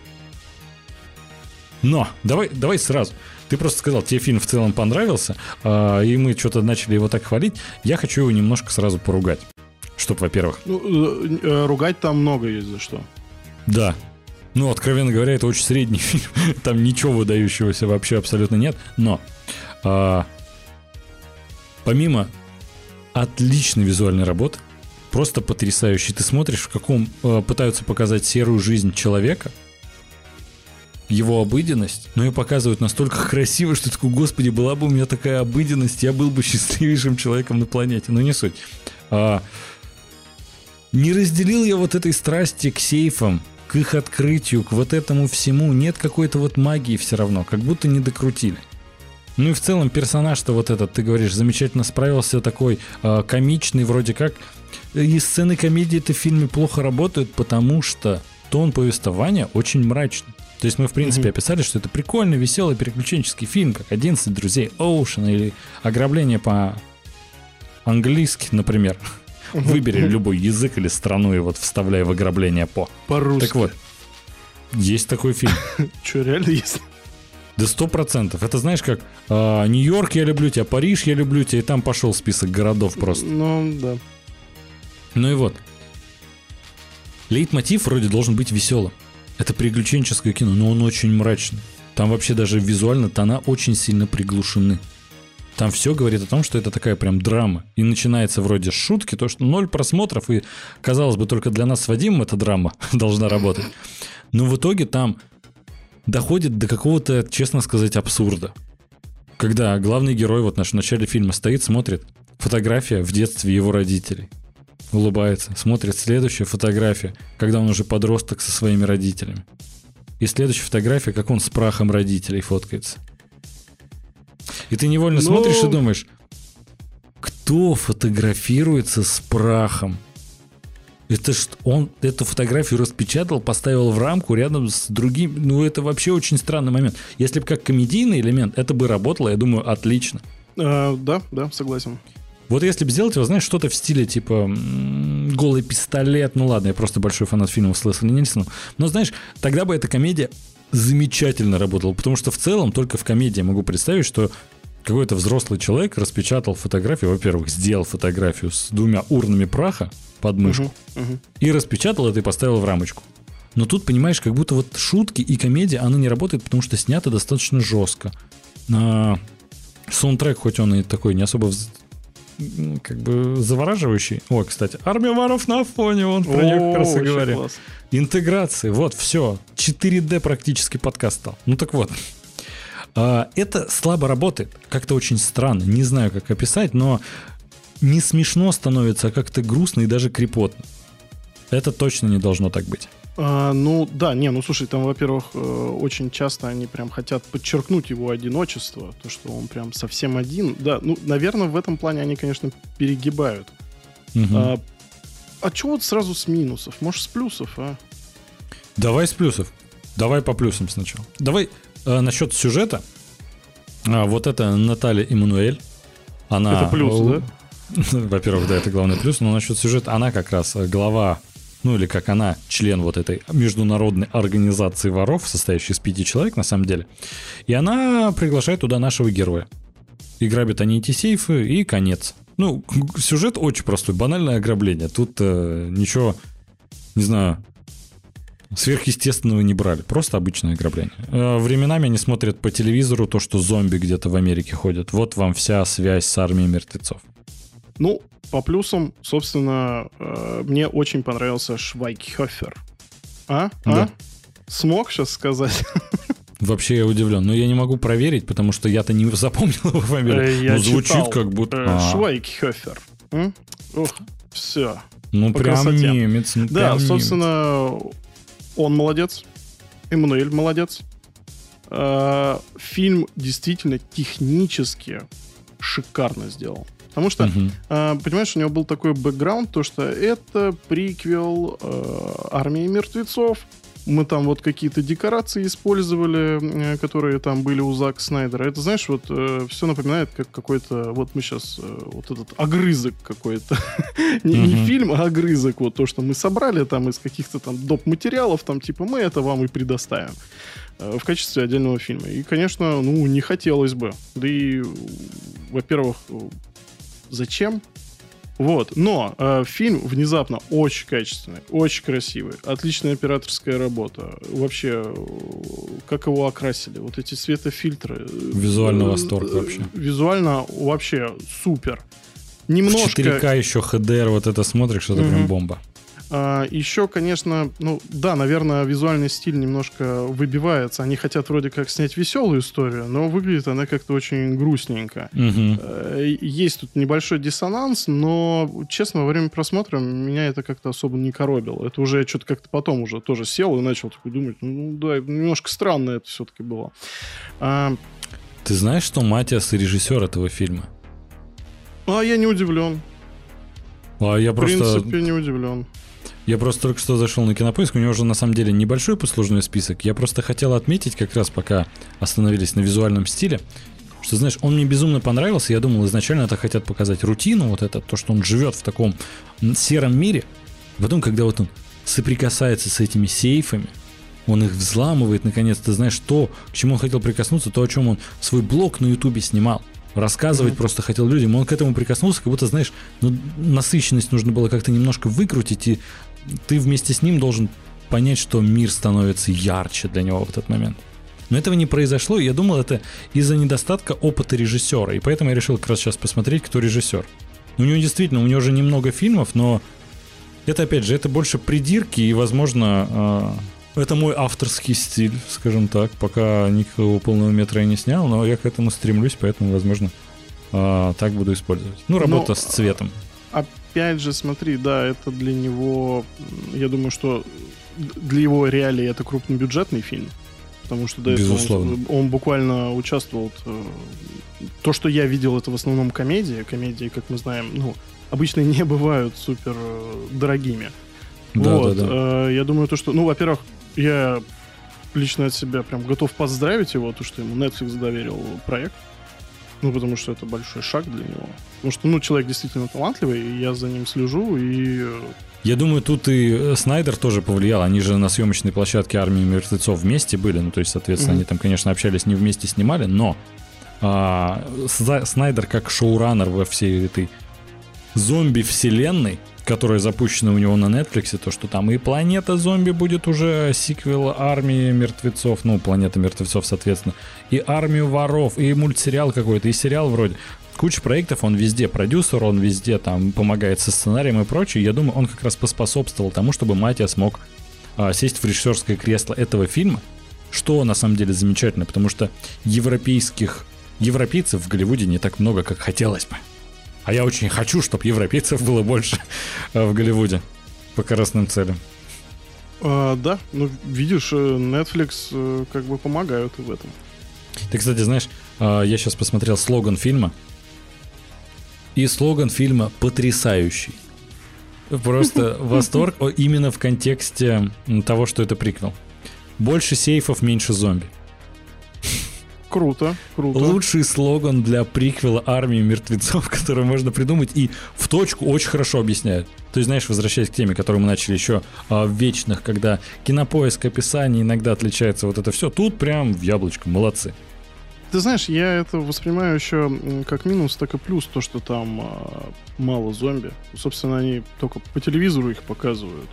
Но, давай сразу. Ты просто сказал, тебе фильм в целом понравился, и мы что-то начали его так хвалить. Я хочу его немножко сразу поругать. Чтоб, во-первых... ругать там много есть за что. Да. Ну, откровенно говоря, это очень средний фильм. Там ничего выдающегося вообще абсолютно нет. Но помимо отличной визуальной работы, просто потрясающий. Ты смотришь, в каком пытаются показать серую жизнь человека, его обыденность, но ее показывают настолько красиво, что ты такой, господи, была бы у меня такая обыденность, я был бы счастливейшим человеком на планете. Но не суть. Не разделил я вот этой страсти к сейфам, к их открытию, к вот этому всему. Нет какой-то вот магии все равно, как будто не докрутили. Ну и в целом персонаж-то вот этот, ты говоришь, замечательно справился, такой комичный вроде как. И сцены комедии-то в фильме плохо работают, потому что тон повествования очень мрачный. То есть мы, в принципе, описали, что это прикольный, веселый, приключенческий фильм, как «11 друзей Оушена» или «Ограбление по-английски», например. Выбери любой язык или страну и вот вставляй в «Ограбление по-русски». Так вот, есть такой фильм. Че, реально есть? Да 100%. Это знаешь, как Нью-Йорк я люблю тебя, Париж я люблю тебя, и там пошел список городов просто. Ну, да. Ну и вот. Лейтмотив вроде должен быть веселым. Это приключенческое кино, но он очень мрачный. Там вообще даже визуально тона очень сильно приглушены. Там все говорит о том, что это такая прям драма. И начинается вроде с шутки, то, что 0 просмотров, и, казалось бы, только для нас с Вадимом эта драма должна работать. Но в итоге там доходит до какого-то, честно сказать, абсурда. Когда главный герой вот наш в начале фильма стоит, смотрит фотография в детстве его родителей. Улыбается, смотрит следующая фотография, когда он уже подросток со своими родителями. И следующая фотография, как он с прахом родителей фоткается. И ты невольно смотришь и думаешь, кто фотографируется с прахом? Это ж он эту фотографию распечатал, поставил в рамку рядом с другим. Ну, это вообще очень странный момент. Если бы как комедийный элемент, это бы работало, я думаю, отлично. Да, согласен. Вот если бы сделать его, знаешь, что-то в стиле типа «Голый пистолет», ну ладно, я просто большой фанат фильмов с Лесли Нильсоном, но знаешь, тогда бы эта комедия замечательно работала, потому что в целом только в комедии могу представить, что какой-то взрослый человек распечатал фотографию, во-первых, сделал фотографию с 2 урнами праха под мышку и распечатал это и поставил в рамочку. Но тут, понимаешь, как будто вот шутки и комедия, она не работает, потому что снято достаточно жестко. Саундтрек, хоть он и такой не особо как бы завораживающий. Ой, кстати, «Армия воров на фоне», он про нее как раз и говорит. Интеграции, вот, все. 4D практически подкаст стал. Ну так вот. Это слабо работает. Как-то очень странно. Не знаю, как описать, но не смешно становится, а как-то грустно и даже крепотно. Это точно не должно так быть. Слушай, там, во-первых, очень часто они прям хотят подчеркнуть его одиночество, то, что он прям совсем один. Да, наверное, в этом плане они, конечно, перегибают. Угу. А чего вот сразу с минусов? Может, с плюсов, а? Давай с плюсов. Давай по плюсам сначала. Давай насчет сюжета. Вот это Наталья Эммануэль. Она... Это плюс, да? Во-первых, да, это главный плюс. Но насчет сюжета, она как раз глава, ну или как она, член вот этой международной организации воров, состоящей из 5 человек на самом деле. И она приглашает туда нашего героя. И грабят они эти сейфы, и конец. Ну, сюжет очень простой, банальное ограбление. Тут ничего, не знаю, сверхъестественного не брали. Просто обычное ограбление. Временами они смотрят по телевизору то, что зомби где-то в Америке ходят. Вот вам вся связь с армией мертвецов. Ну, по плюсам, собственно, мне очень понравился Швайгхёфер. Да. Смог сейчас сказать? Вообще я удивлен. Но я не могу проверить, потому что я-то не запомнил его фамилию. Я звучит читал. Как будто... Швайгхёфер. Все. Ну, по прям красоте. немец. Ну, Да, прям собственно, он молодец. Эммануэль молодец. Фильм действительно технически шикарно сделал. Потому что, понимаешь, у него был такой бэкграунд, то что это приквел «Армии мертвецов». Мы там вот какие-то декорации использовали, которые там были у Зака Снайдера. Это, знаешь, вот все напоминает, как какой-то... Вот мы сейчас... вот этот огрызок какой-то. Не фильм, а огрызок. Вот то, что мы собрали там из каких-то там доп. Материалов, там типа мы это вам и предоставим в качестве отдельного фильма. И, конечно, не хотелось бы. Да и, во-первых... Зачем? Вот. Но фильм внезапно очень качественный, очень красивый, отличная операторская работа. Вообще, как его окрасили, вот эти светофильтры. Визуальный восторг вообще. Визуально вообще супер. Немножко... В 4К еще HDR, вот это смотришь, это прям бомба. Еще, конечно, наверное, визуальный стиль немножко выбивается. Они хотят вроде как снять веселую историю, но выглядит она как-то очень грустненько. Есть тут небольшой диссонанс, но, честно, во время просмотра меня это как-то особо не коробило. Это уже что-то как-то потом уже тоже сел и начал такой думать, немножко странно это все-таки было. Ты знаешь, что Матиас режиссер этого фильма? Я не удивлен. В принципе, не удивлен. Я просто только что зашел на Кинопоиск, у него уже на самом деле небольшой послужной список. Я просто хотел отметить, как раз пока остановились на визуальном стиле, что, знаешь, он мне безумно понравился. Я думал, изначально это хотят показать рутину, вот это, то, что он живет в таком сером мире. Потом, когда вот он соприкасается с этими сейфами, он их взламывает, наконец-то, знаешь, то, к чему он хотел прикоснуться, то, о чем он свой блог на Ютубе снимал. Рассказывать просто хотел людям. Он к этому прикоснулся, как будто, знаешь, насыщенность нужно было как-то немножко выкрутить, и ты вместе с ним должен понять, что мир становится ярче для него в этот момент. Но этого не произошло, и я думал, это из-за недостатка опыта режиссера. И поэтому я решил как раз сейчас посмотреть, кто режиссер. У него действительно, у него же немного фильмов, но это, опять же, это больше придирки, и, возможно, это мой авторский стиль, скажем так. Пока никакого полного метра я не снял, но я к этому стремлюсь, поэтому, возможно, так буду использовать. Работа с цветом. Опять же, смотри, да, это для него, я думаю, что для его реалий это крупнобюджетный фильм, потому что до этого он буквально участвовал. То, что я видел, это в основном комедии. Комедии, как мы знаем, обычно не бывают супер дорогими. Да. Я думаю, то, что... Ну, во-первых, я лично от себя прям готов поздравить его, то, что ему Netflix доверил проект. Ну, потому что это большой шаг для него. Потому что, ну, человек действительно талантливый, и я за ним слежу, и... Я думаю, тут и Снайдер тоже повлиял. Они же на съемочной площадке «Армии мертвецов» вместе были. Ну, то есть, соответственно, они там, конечно, общались, не вместе снимали, но Снайдер как шоураннер во всей этой зомби-вселенной, которая запущена у него на Netflix, то, что там и «Планета зомби» будет уже сиквел «Армии мертвецов», ну, «Планета мертвецов», соответственно, и «Армию воров», и мультсериал какой-то, и сериал вроде. Куча проектов, он везде продюсер, он везде там помогает со сценарием и прочее. Я думаю, он как раз поспособствовал тому, чтобы Матиас смог сесть в режиссерское кресло этого фильма, что на самом деле замечательно, потому что европейцев в Голливуде не так много, как хотелось бы. А я очень хочу, чтобы европейцев было больше в Голливуде по корыстным целям. Да, ну, видишь, Netflix как бы помогают в этом. Ты, кстати, знаешь, я сейчас посмотрел слоган фильма, и слоган фильма потрясающий. Просто восторг именно в контексте того, что это приквел. Больше сейфов, меньше зомби. Круто. Лучший слоган для приквела «Армии мертвецов», который можно придумать, и в точку очень хорошо объясняет. То есть, знаешь, возвращаясь к теме, которую мы начали еще в «Вечных», когда Кинопоиск, описание иногда отличается, вот это все, тут прям в яблочко, молодцы. Ты знаешь, я это воспринимаю еще как минус, так и плюс, то, что там мало зомби. Собственно, они только по телевизору их показывают.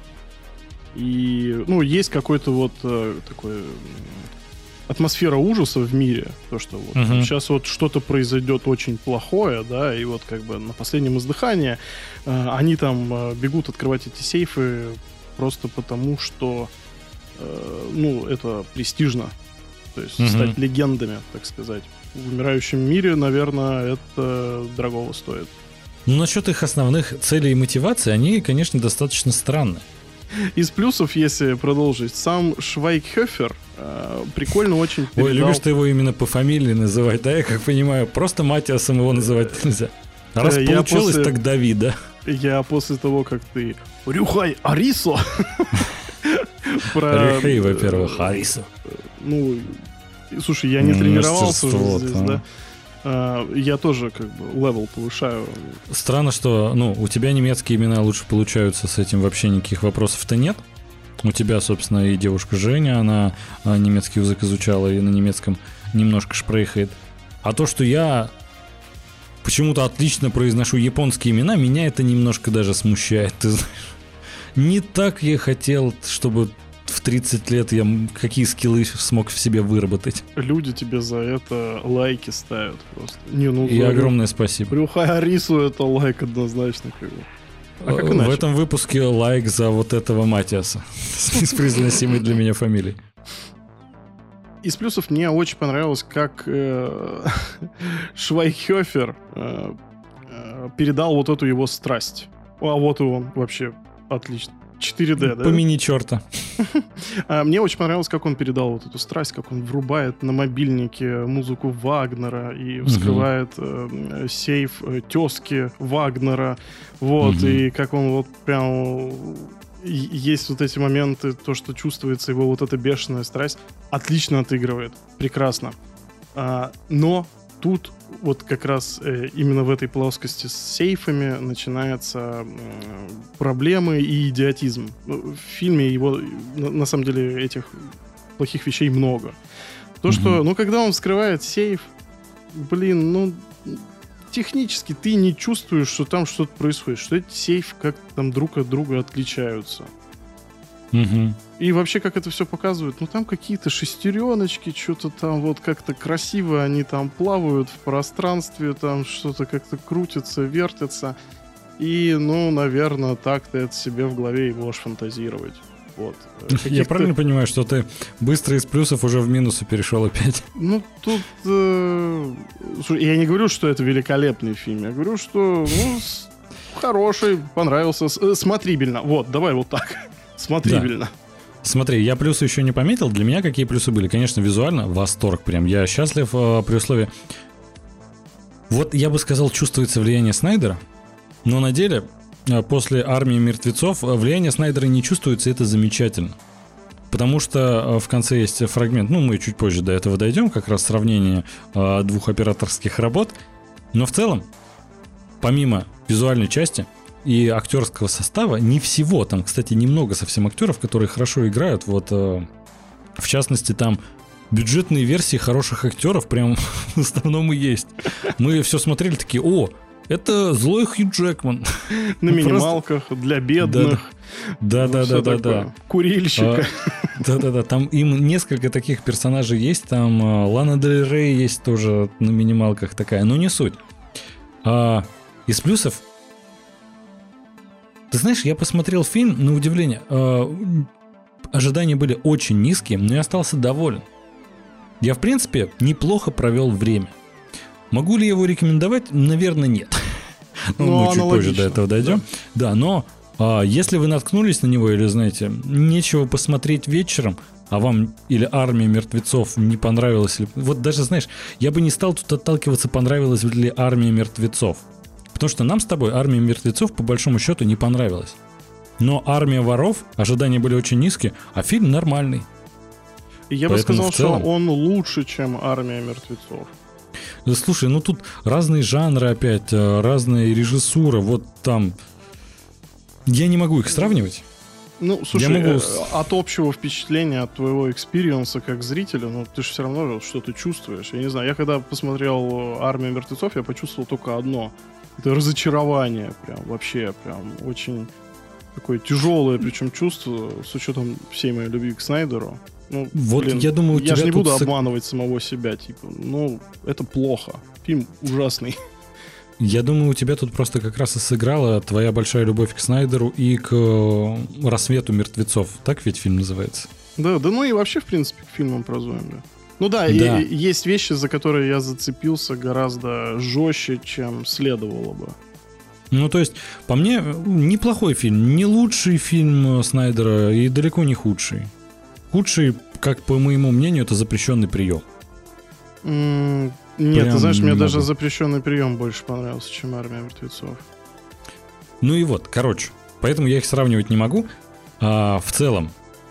И, ну, есть какой-то вот такой... атмосфера ужаса в мире, то, что вот сейчас вот что-то произойдет очень плохое, да, и вот как бы на последнем издыхании они там бегут открывать эти сейфы просто потому, что ну, это престижно, то есть стать легендами, так сказать. В умирающем мире, наверное, это дорогого стоит. Ну, насчет их основных целей и мотиваций, они, конечно, достаточно странные. Из плюсов, если продолжить, сам Швайгхёфер прикольно очень передал... Ой, любишь ты его именно по фамилии называть, да? Я как понимаю, просто Матиасом его называть нельзя. Раз получилось, так дави, да? Я после того, как ты... Рюхай Арисо! Рюхай, во-первых, Арисо. Ну, слушай, я не тренировался уже здесь, да? Я тоже как бы левел повышаю. Странно, что, ну, у тебя немецкие имена лучше получаются, с этим вообще никаких вопросов-то нет. У тебя, собственно, и девушка Женя, она немецкий язык изучала и на немецком немножко шпрейхает. А то, что я почему-то отлично произношу японские имена, меня это немножко даже смущает, ты знаешь. Не так я хотел, чтобы в 30 лет я какие скиллы смог в себе выработать. Люди тебе за это лайки ставят просто. Не, ну, и огромное спасибо. Рюхай Арису это лайк однозначно. А как иначе? В этом выпуске лайк за вот этого Матиаса с непроизносимой для меня фамилией. Из плюсов мне очень понравилось, как Швайгхёфер передал вот эту его страсть. А вот и он вообще отлично. 4D, да? Помяни черта. Мне очень понравилось, как он передал вот эту страсть, как он врубает на мобильнике музыку Вагнера и вскрывает сейф тезки Вагнера. Вот, и как он вот прям... Есть вот эти моменты, то, что чувствуется его вот эта бешеная страсть. Отлично отыгрывает. Прекрасно. Но тут вот как раз именно в этой плоскости с сейфами начинаются проблемы и идиотизм. В фильме его, на самом деле, этих плохих вещей много. То, что, ну, когда он вскрывает сейф, блин, ну, технически ты не чувствуешь, что там что-то происходит, что эти сейфы как-то там друг от друга отличаются. И вообще, как это все показывают, ну, там какие-то шестереночки, что-то там вот как-то красиво они там плавают в пространстве, там что-то как-то крутится, вертится. И, ну, наверное, так ты это себе в голове и можешь фантазировать. Вот. Я правильно понимаю, что ты быстро из плюсов уже в минусы перешел опять? Ну, тут... Слушай, я не говорю, что это великолепный фильм. Я говорю, что, ну, хороший, понравился, смотрибельно. Вот, давай вот так. Смотрибельно. Да. Смотри, я плюсы еще не пометил. Для меня какие плюсы были? Конечно, визуально восторг прям. Я счастлив при условии... Вот я бы сказал, чувствуется влияние Снайдера, но на деле после «Армии мертвецов» влияние Снайдера не чувствуется, и это замечательно. Потому что в конце есть фрагмент, мы чуть позже до этого дойдем, как раз сравнение двух операторских работ. Но в целом, помимо визуальной части и актерского состава, не всего, там, кстати, немного совсем актеров, которые хорошо играют, в частности, там бюджетные версии хороших актеров прям в основном и есть. Мы все смотрели такие, это злой Хью Джекман. На минималках, для бедных. Да. Курильщика. Да. Там им несколько таких персонажей есть. Там Лана Дель Рей есть тоже на минималках такая. Но не суть. Из плюсов... Ты знаешь, я посмотрел фильм, на удивление. Ожидания были очень низкие, но я остался доволен. Я, в принципе, неплохо провел время. Могу ли я его рекомендовать? Наверное, нет. Мы чуть позже до этого дойдем. Да, но если вы наткнулись на него или, знаете, нечего посмотреть вечером, а вам или «Армия мертвецов» не понравилась, вот даже, знаешь, я бы не стал тут отталкиваться, понравилась ли «Армия мертвецов». Потому что нам с тобой «Армия мертвецов» по большому счету не понравилась. Но «Армия воров», ожидания были очень низкие, а фильм нормальный. Я бы сказал, что он лучше, чем «Армия мертвецов». Слушай, тут разные жанры опять, разная режиссура, вот там... Я не могу их сравнивать. Слушай, от общего впечатления, от твоего экспириенса как зрителя, ты же все равно что-то чувствуешь. Я не знаю, я когда посмотрел «Армию мертвецов», я почувствовал только одно. Это разочарование, вообще очень такое тяжелое, причем чувство, с учетом всей моей любви к Снайдеру. Я думаю, я же не буду обманывать самого себя, это плохо. Фильм ужасный. Я думаю, у тебя тут просто как раз и сыграла твоя большая любовь к Снайдеру и к «Рассвету мертвецов». Так ведь фильм называется? Да, и вообще, в принципе, к фильмам про зомби. И есть вещи, за которые я зацепился гораздо жестче, чем следовало бы. То есть, по мне, неплохой фильм. Не лучший фильм Снайдера и далеко не худший. Худший, как по моему мнению, это «Запрещенный прием». Нет, ты знаешь, мне даже «Запрещенный прием» больше понравился, чем «Армия мертвецов». Поэтому я их сравнивать не могу. В целом,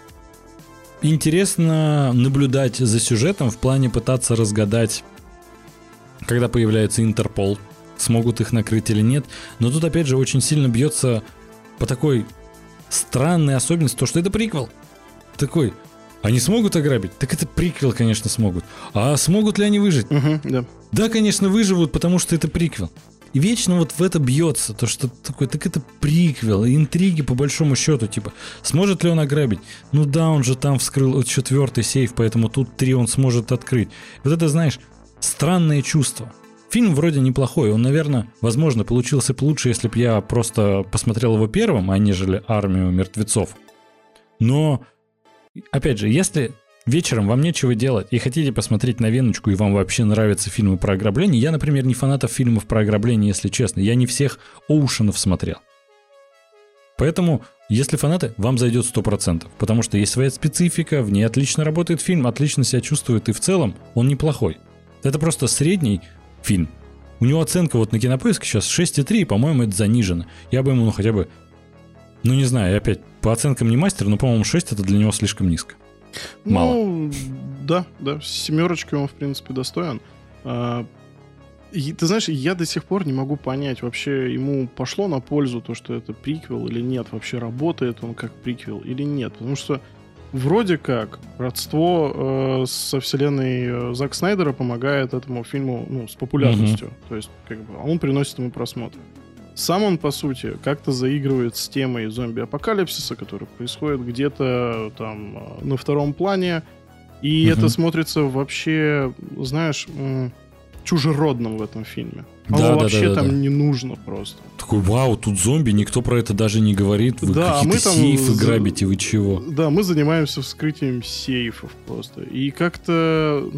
интересно наблюдать за сюжетом в плане пытаться разгадать, когда появляется Интерпол, смогут их накрыть или нет. Но тут, опять же, очень сильно бьется по такой странной особенности, то, что это приквел. Такой... Они смогут ограбить? Так это приквел, конечно, смогут. А смогут ли они выжить? Да. Да, конечно, выживут, потому что это приквел. И вечно в это бьется, то, что такое, так это приквел, интриги по большому счету, сможет ли он ограбить? Он же там вскрыл 4-й сейф, поэтому тут 3 он сможет открыть. Вот это, знаешь, странное чувство. Фильм вроде неплохой, он, наверное, возможно, получился бы лучше, если бы я просто посмотрел его первым, а нежели «Армию мертвецов». Но... Опять же, если вечером вам нечего делать и хотите посмотреть новиночку, и вам вообще нравятся фильмы про ограбление, я, например, не фанатов фильмов про ограбление, если честно, я не всех Оушенов смотрел. Поэтому, если фанаты, вам зайдет 100%, потому что есть своя специфика, в ней отлично работает фильм, отлично себя чувствует, и в целом он неплохой. Это просто средний фильм. У него оценка на Кинопоиске сейчас 6,3, и, по-моему, это занижено. Я бы ему хотя бы... не знаю, опять, по оценкам не мастер, но, по-моему, 6 это для него слишком низко. Мало. Да, с 7 он, в принципе, достоин. И, ты знаешь, я до сих пор не могу понять, вообще ему пошло на пользу то, что это приквел или нет, вообще работает он как приквел или нет, потому что вроде как родство со вселенной Зака Снайдера помогает этому фильму, с популярностью, то есть, он приносит ему просмотр. Сам он, по сути, как-то заигрывает с темой зомби-апокалипсиса, который происходит где-то там на втором плане. И это смотрится вообще, знаешь, чужеродным в этом фильме. Оно вообще там не нужно просто. Такой, вау, тут зомби, никто про это даже не говорит. Вы какие-то сейфы грабите, вы чего? Да, мы занимаемся вскрытием сейфов просто. И как-то,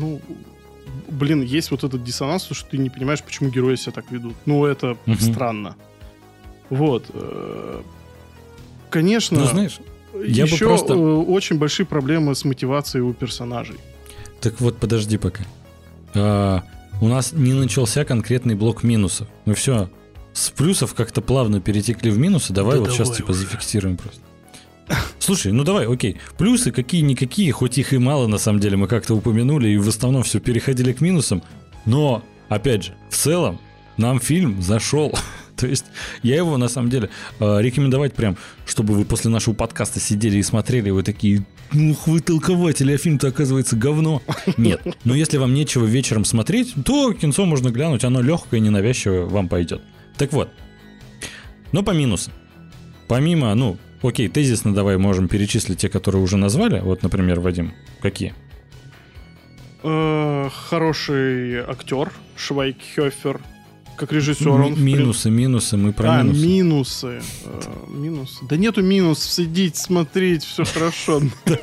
есть вот этот диссонанс, что ты не понимаешь, почему герои себя так ведут. Это странно. Конечно, знаешь, еще очень большие проблемы с мотивацией у персонажей. Так вот, подожди пока. У нас не начался конкретный блок минусов. Мы все с плюсов как-то плавно перетекли в минусы. Давай Да вот сейчас давай типа уже. зафиксируем просто. Слушай, ну давай, окей. Плюсы какие-никакие, хоть их и мало на самом деле, мы как-то упомянули, и в основном все переходили к минусам. Но, опять же, в целом, нам фильм зашел. То есть я его, на самом деле, рекомендовать прям, чтобы вы после нашего подкаста сидели и смотрели, вы такие, ух, вы толкователи, а фильм-то оказывается говно. Нет, но если вам нечего вечером смотреть, то кинцо можно глянуть, оно легкое, ненавязчивое, вам пойдет. Так вот, но по минусам. Помимо, ну, окей, тезисно давай можем перечислить те, которые уже назвали. Вот, например, Вадим, какие? Хороший актер Швайгхёфер. Как режиссер он... Минусы, мы про минусы. Минусы. Да нету минусов, сидеть, смотреть, все хорошо.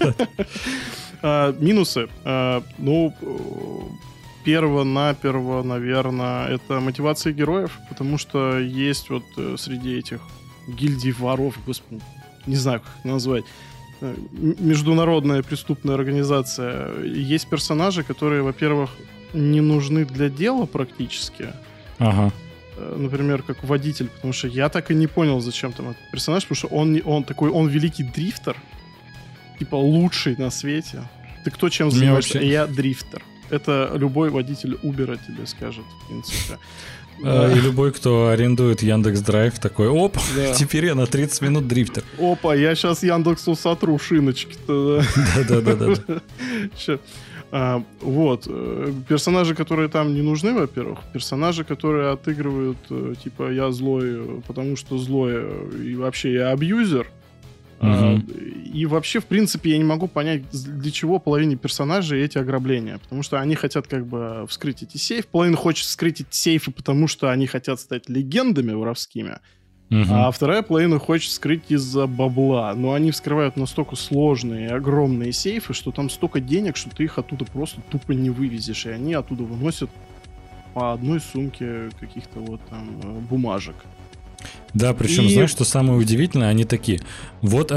Минусы. Ну, перво-наперво, наверное, это мотивация героев, потому что есть вот среди этих гильдий воров, господи, не знаю, как их назвать, международная преступная организация. Есть персонажи, которые, во-первых, не нужны для дела практически. Ага. Например, как водитель, потому что я так и не понял, зачем там этот персонаж, потому что он такой, он великий дрифтер, типа лучший на свете. Ты кто чем занимаешься? Вообще... Я дрифтер. Это любой водитель Uber тебе скажет, в принципе. И любой, кто арендует Яндекс.Драйв, такой, оп, Да. теперь я на 30 минут дрифтер. Опа, я сейчас Яндексу сотру шиночки-то. Да-да-да. Вот. Персонажи, которые там не нужны, во-первых. Персонажи, которые отыгрывают, типа, я злой, потому что злой, и вообще я абьюзер. И вообще, в принципе, я не могу понять, для чего половине персонажей эти ограбления. Потому что они хотят как бы вскрыть эти сейфы. Половина хочет вскрыть эти сейфы, потому что они хотят стать легендами воровскими. А вторая половина хочет скрыть из-за бабла. Но они вскрывают настолько сложные и огромные сейфы, что там столько денег, что ты их оттуда просто тупо не вывезешь. И они оттуда выносят по одной сумке каких-то вот там бумажек. Да, причем, знаешь, что самое удивительное? Они такие. Вот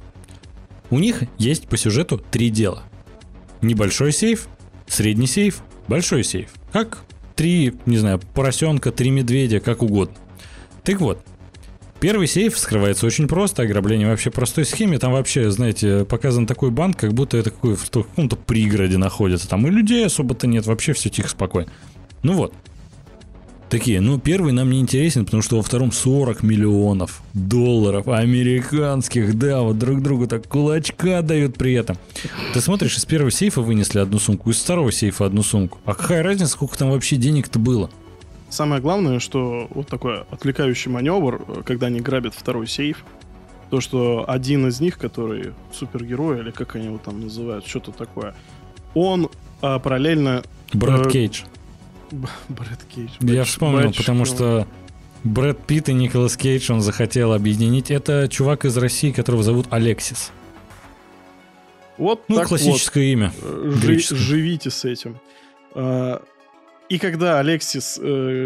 у них есть по сюжету 3 дела. Небольшой сейф, средний сейф, большой сейф. Как 3, не знаю, поросенка, 3 медведя, как угодно. Так вот, первый сейф вскрывается очень просто, ограбление вообще простой схеме. Там вообще, знаете, показан такой банк, как будто это в каком-то пригороде находится. Там и людей особо-то нет, вообще все тихо, спокойно. Ну вот. Такие, ну первый нам не интересен, потому что во втором 40 миллионов долларов американских, да, вот друг другу так кулачка дают при этом. Ты смотришь, из первого сейфа вынесли одну сумку, из второго сейфа одну сумку. А какая разница, сколько там вообще денег-то было? Самое главное, что вот такой отвлекающий маневр, когда они грабят второй сейф, то, что один из них, который супергерой, или как они его там называют, что-то такое, он параллельно... Брэд Кейдж. Брэд Кейдж. Я вспомнил, потому что Брэд Питт и Николас Кейдж он захотел объединить. Это чувак из России, которого зовут Алексис. Вот ну, так классическое вот. имя. Живите с этим. И когда Алексис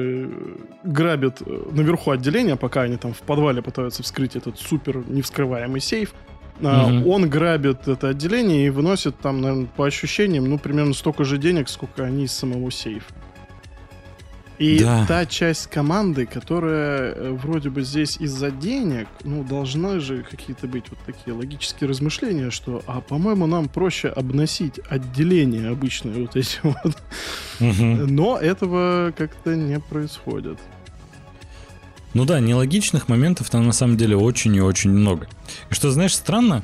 грабит наверху отделения, пока они там в подвале пытаются вскрыть этот супер невскрываемый сейф, он грабит это отделение и выносит там, наверное, по ощущениям, ну, примерно столько же денег, сколько они из самого сейфа. И та часть команды, которая вроде бы здесь из-за денег, ну, должны же какие-то быть вот такие логические размышления, что, по-моему, нам проще обносить отделения обычные вот эти вот. Но этого как-то не происходит. Ну да, нелогичных моментов там на самом деле очень и очень много. И что, знаешь, странно?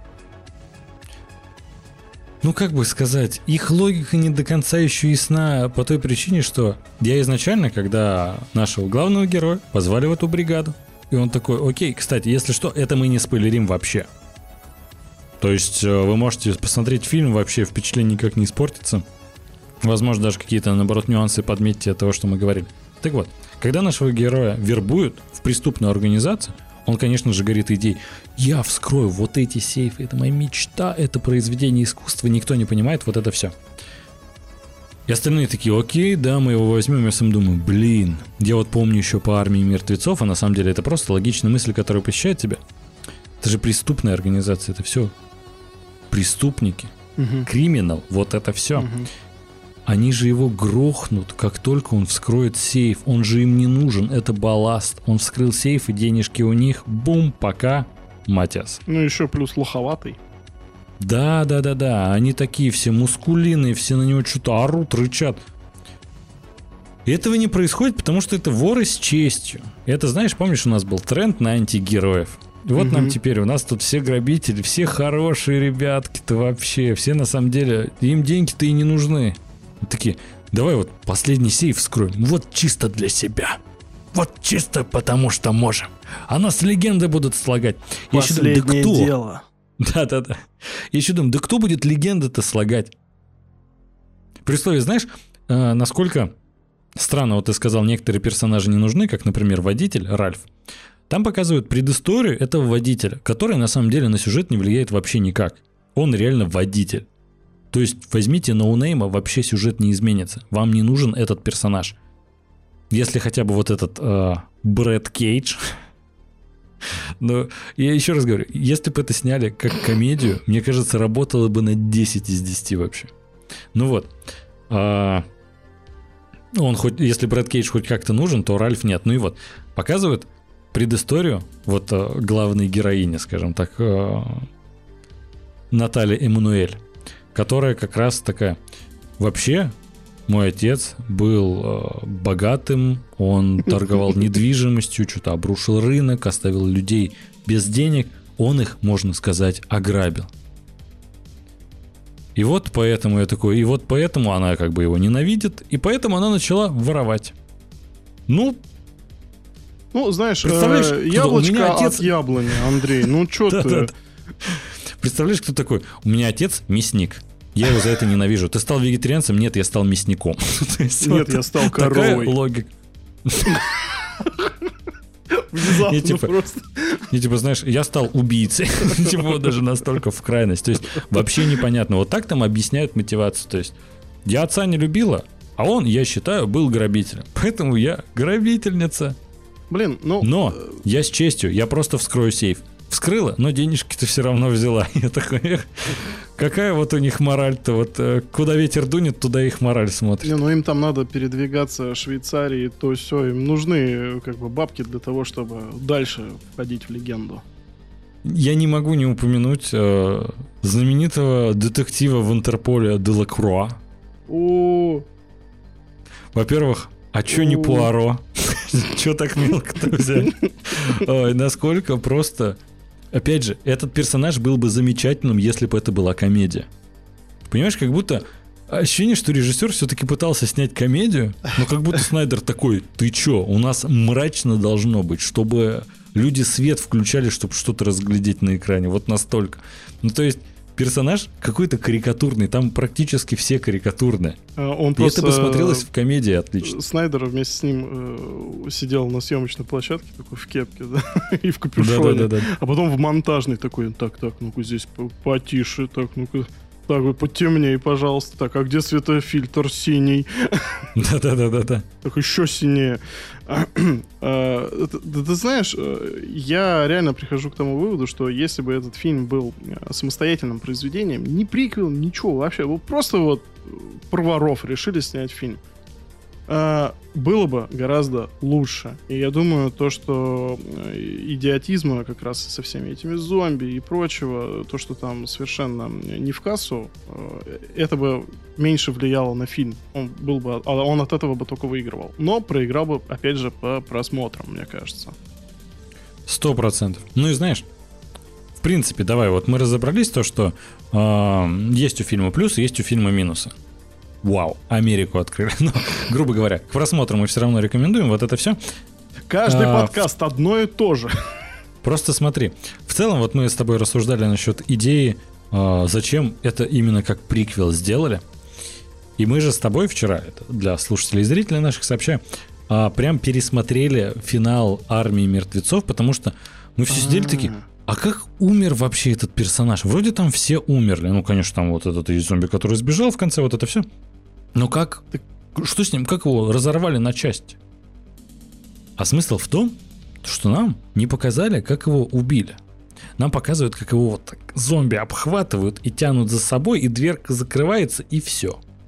Ну, как бы сказать, их логика не до конца еще ясна по той причине, что я изначально, когда нашего главного героя позвали в эту бригаду, и он такой, окей, кстати, если что, это мы не спойлерим вообще. То есть вы можете посмотреть фильм, вообще впечатление никак не испортится. Возможно, даже какие-то, наоборот, нюансы подметьте от того, что мы говорили. Так вот, когда нашего героя вербуют в преступную организацию, он, конечно же, горит идеей: я вскрою вот эти сейфы, это моя мечта, это произведение искусства, никто не понимает, вот это все. И остальные такие, окей, да, мы его возьмем. Я сам думаю, блин, я вот помню еще по «Армии мертвецов», а на самом деле это просто логичная мысль, которая посещает тебя. Это же преступная организация, это все преступники, криминал, вот это все. Они же его грохнут, как только он вскроет сейф. Он же им не нужен, это балласт. Он вскрыл сейф, и денежки у них. Бум, пока, Матиас. Ну, еще плюс лоховатый. Да. Они такие все мускулиные, все на него что-то орут, рычат. И этого не происходит, потому что это воры с честью. Это, знаешь, помнишь, у нас был тренд на антигероев? И вот нам теперь, у нас тут все грабители, все хорошие ребятки-то вообще, все на самом деле, им деньги-то и не нужны. Такие, давай вот последний сейф вскроем, вот чисто для себя. Вот чисто потому что можем. А нас легенды будут слагать. Последнее дело. Да. Я еще думаю, да кто будет легенды-то слагать? При условии, знаешь, насколько странно, вот ты сказал, некоторые персонажи не нужны, как, например, водитель Ральф. Там показывают предысторию этого водителя, который на самом деле на сюжет не влияет вообще никак. Он реально водитель. То есть возьмите ноунейма, вообще сюжет не изменится. Вам не нужен этот персонаж. Если хотя бы вот этот Брэд Кейдж. Но я еще раз говорю, если бы это сняли как комедию, мне кажется, работало бы на 10 из 10 вообще. Ну вот. Он хоть, если Брэд Кейдж хоть как-то нужен, то Ральф нет. Ну и вот, показывают предысторию вот главной героини, скажем так, Наталья Эммануэль, которая как раз такая: вообще, мой отец был богатым, он торговал недвижимостью, что-то обрушил рынок, оставил людей без денег, он их, можно сказать, ограбил. И вот поэтому я такой, и вот поэтому она как бы его ненавидит, и поэтому она начала воровать. Ну, знаешь, представляешь, яблочко отец... от яблони, Андрей, ну что ты? Представляешь, кто такой? У меня отец мясник. Я его за это ненавижу. Ты стал вегетарианцем? Нет, я стал мясником. Нет, я стал коровой. Такая логика. Внезапно просто. И типа, знаешь, я стал убийцей. Типа, даже настолько в крайность. То есть, вообще непонятно. Вот так там объясняют мотивацию. То есть, я отца не любила, а он, я считаю, был грабителем. Поэтому я грабительница. Блин, ну... Но я с честью, я просто вскрою сейф. Вскрыла, но денежки-то все равно взяла. Я такой, какая вот у них мораль-то, вот куда ветер дунет, туда их мораль смотрит. Не, ну им там надо передвигаться в Швейцарии, то все, им нужны как бы бабки для того, чтобы дальше входить в легенду. Я не могу не упомянуть знаменитого детектива в Интерполе Делакруа. Во-первых, а чё не Пуаро? Чё так мелко-то взять? Ой, насколько просто... Опять же, этот персонаж был бы замечательным, если бы это была комедия. Понимаешь, как будто ощущение, что режиссер все-таки пытался снять комедию, но как будто Снайдер такой: ты чё, у нас мрачно должно быть, чтобы люди свет включали, чтобы что-то разглядеть на экране. Вот настолько. Ну, то есть, персонаж какой-то карикатурный, там практически все карикатурные. Он и это бы смотрелось в комедии отлично. Снайдер вместе с ним сидел на съемочной площадке, такой в кепке, да, и в капюшоне. Да. А потом в монтажной такой: так, ну-ка здесь потише, так, ну-ка, так, вы потемнее, пожалуйста. Так, а где светофильтр синий? Да. Так, еще синее. Ты знаешь, я реально прихожу к тому выводу, что если бы этот фильм был самостоятельным произведением, ни приквел, ничего вообще, просто вот про воров решили снять фильм, было бы гораздо лучше. И я думаю, то, что идиотизма как раз со всеми этими зомби и прочего, то, что там совершенно не в кассу, это бы меньше влияло на фильм. Он от этого бы только выигрывал. Но проиграл бы, опять же, по просмотрам, мне кажется. 100%. Ну и знаешь, в принципе, давай, вот мы разобрались то, что есть у фильма плюсы, есть у фильма минусы. Вау, Америку открыли. Но, грубо говоря, к просмотру мы все равно рекомендуем вот это все. Каждый подкаст одно и то же. Просто смотри. В целом, вот мы с тобой рассуждали насчет идеи, зачем это именно как приквел сделали. И мы же с тобой вчера, это для слушателей и зрителей наших сообщаю, прям пересмотрели финал «Армии мертвецов», потому что мы все сидели такие: а как умер вообще этот персонаж? Вроде там все умерли. Ну, конечно, там вот этот зомби, который сбежал в конце, вот это все. Но как? Что с ним? Как его разорвали на части? А смысл в том, что нам не показали, как его убили. Нам показывают, как его вот так зомби обхватывают и тянут за собой, и дверка закрывается, и все.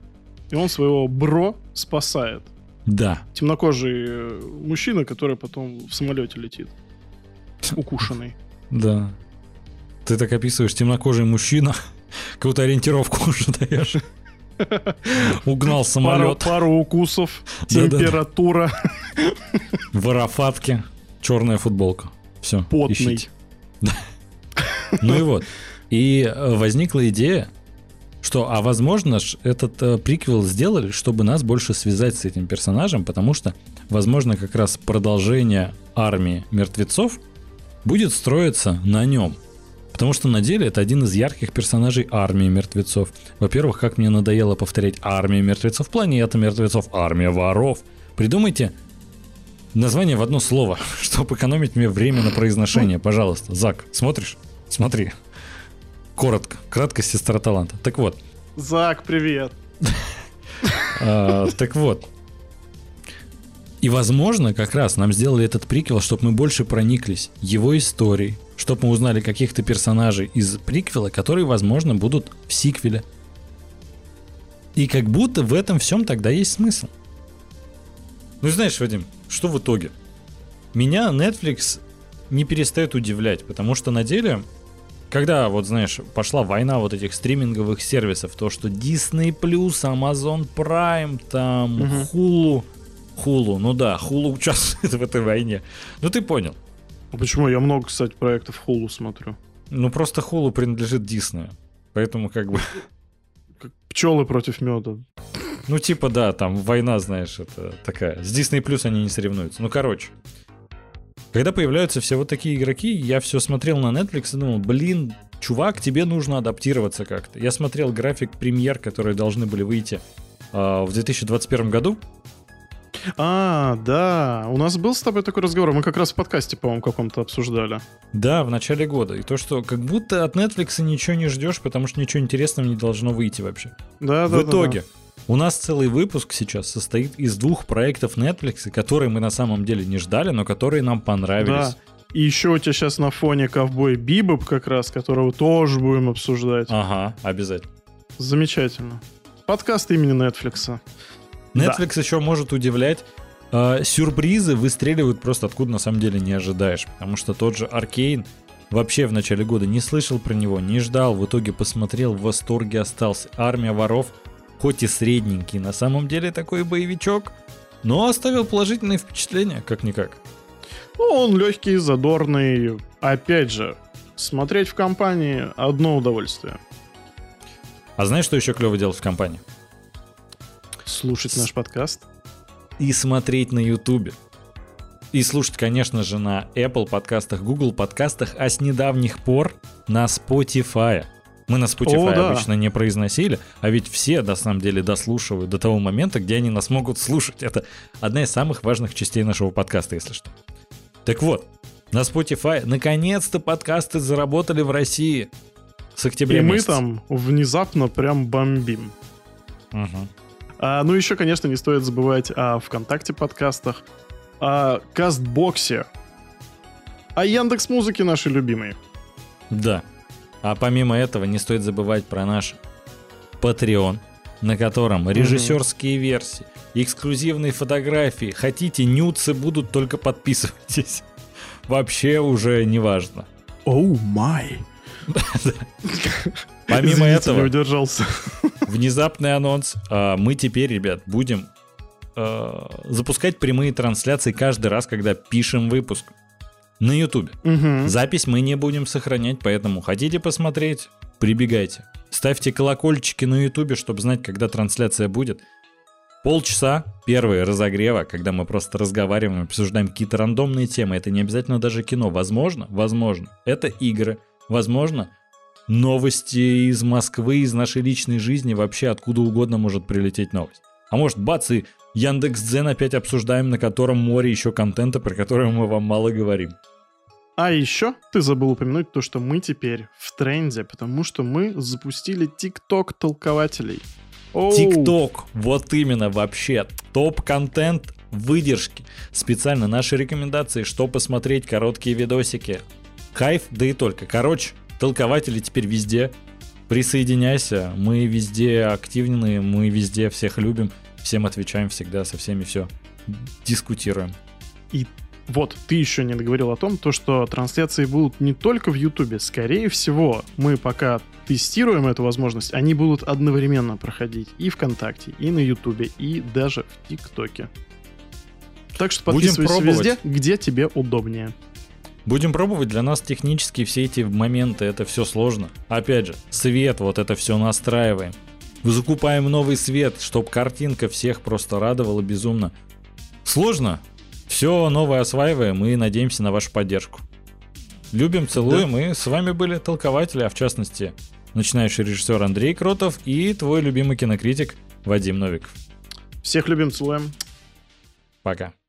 И он своего бро спасает. Да. Темнокожий мужчина, который потом в самолете летит. Укушенный. Да. Ты так описываешь, темнокожий мужчина, какую-то ориентировку уже даешь. Угнал самолет. Пару укусов, температура. В арафатке, черная футболка. Все, потный. Ищите. Ну и вот. И возникла идея, что, а возможно, этот приквел сделали, чтобы нас больше связать с этим персонажем, потому что, возможно, как раз продолжение армии мертвецов будет строиться на нем. Потому что на деле это один из ярких персонажей армии мертвецов. Во-первых, как мне надоело повторять армия мертвецов, планета мертвецов, армия воров. Придумайте название в одно слово, чтобы экономить мне время на произношение. Пожалуйста, Зак, смотришь? Смотри. Коротко. Краткость сестра таланта. Так вот. Зак, привет. Так вот. И, возможно, как раз нам сделали этот приквел, чтобы мы больше прониклись его историей, чтобы мы узнали каких-то персонажей из приквела, которые, возможно, будут в сиквеле. И как будто в этом всем тогда есть смысл. Ну, знаешь, Вадим, что в итоге? Меня Netflix не перестает удивлять, потому что на деле, когда, вот знаешь, пошла война вот этих стриминговых сервисов, то, что Disney+, Amazon Prime, там, Hulu, ну да, Hulu участвует в этой войне. Ну ты понял. Почему? Я много, кстати, проектов Hulu смотрю. Ну просто Hulu принадлежит Disney, поэтому как бы... Как пчелы против меда. Ну типа да, там война, знаешь, это такая. С Disney+ они не соревнуются. Ну короче. Когда появляются все вот такие игроки, я все смотрел на Netflix и думал, блин, чувак, тебе нужно адаптироваться как-то. Я смотрел график премьер, которые должны были выйти в 2021 году. Да, у нас был с тобой такой разговор, мы как раз в подкасте, по-моему, каком-то обсуждали. Да, в начале года. И то, что как будто от Netflix ничего не ждешь, потому что ничего интересного не должно выйти вообще. Да. В итоге у нас целый выпуск сейчас состоит из 2 проектов Netflix, которые мы на самом деле не ждали, но которые нам понравились. Да. И еще у тебя сейчас на фоне Ковбой Бибоп как раз, которого тоже будем обсуждать. Ага, обязательно. Замечательно. Подкаст имени Netflix. Netflix еще может удивлять. Сюрпризы выстреливают просто откуда на самом деле не ожидаешь. Потому что тот же Аркейн вообще в начале года не слышал про него, не ждал. В итоге посмотрел, в восторге остался. Армия воров, хоть и средненький, на самом деле такой боевичок, но оставил положительные впечатления, как-никак. Ну, он легкий, задорный. Опять же, смотреть в компании одно удовольствие. А знаешь, что еще клево делать в компании? Слушать наш подкаст. И смотреть на Ютубе. И слушать, конечно же, на Apple подкастах, Google подкастах, а с недавних пор на Spotify. Мы на Spotify обычно не произносили, а ведь все, на самом деле, дослушивают до того момента, где они нас могут слушать. Это одна из самых важных частей нашего подкаста, если что. Так вот, на Spotify наконец-то подкасты заработали в России с октября месяца. И мы там внезапно прям бомбим. Угу. Ну, еще, конечно, не стоит забывать о ВКонтакте подкастах, о Кастбоксе, о Яндекс.Музыке нашей любимой. Да. А помимо этого не стоит забывать про наш Patreon, на котором режиссерские версии, эксклюзивные фотографии. Хотите нюдсы будут, только подписывайтесь. Вообще уже не важно. Оу май. Помимо этого, не удержался. Внезапный анонс. Мы теперь, ребят, будем запускать прямые трансляции каждый раз, когда пишем выпуск на YouTube. Запись мы не будем сохранять, поэтому хотите посмотреть, прибегайте. Ставьте колокольчики на YouTube, чтобы знать, когда трансляция будет. Полчаса первые разогрева, когда мы просто разговариваем, обсуждаем какие-то рандомные темы. Это не обязательно даже кино. Возможно, это игры. Возможно, новости из Москвы, из нашей личной жизни, вообще откуда угодно может прилететь новость. А может, бац, и Яндекс.Дзен опять обсуждаем, на котором море еще контента, про который мы вам мало говорим. А еще ты забыл упомянуть то, что мы теперь в тренде, потому что мы запустили TikTok толкователей. TikTok, вот именно, вообще топ-контент, выдержки. Специально наши рекомендации, что посмотреть, короткие видосики. Кайф, да и только. Короче, толкователи теперь везде. Присоединяйся, мы везде активны, мы везде всех любим, всем отвечаем всегда, со всеми все дискутируем. И вот, ты еще не договорил о том, что трансляции будут не только в Ютубе. Скорее всего, мы пока тестируем эту возможность, они будут одновременно проходить и ВКонтакте, и на Ютубе, и даже в ТикТоке. Так что подписывайся везде, где тебе удобнее. Будем пробовать, для нас технически все эти моменты, это все сложно. Опять же, свет, вот это все настраиваем. Закупаем новый свет, чтобы картинка всех просто радовала безумно. Сложно. Все новое осваиваем и надеемся на вашу поддержку. Любим, целуем, да. И с вами были толкователи, а в частности, начинающий режиссер Андрей Кротов и твой любимый кинокритик Вадим Новиков. Всех любим, целуем. Пока.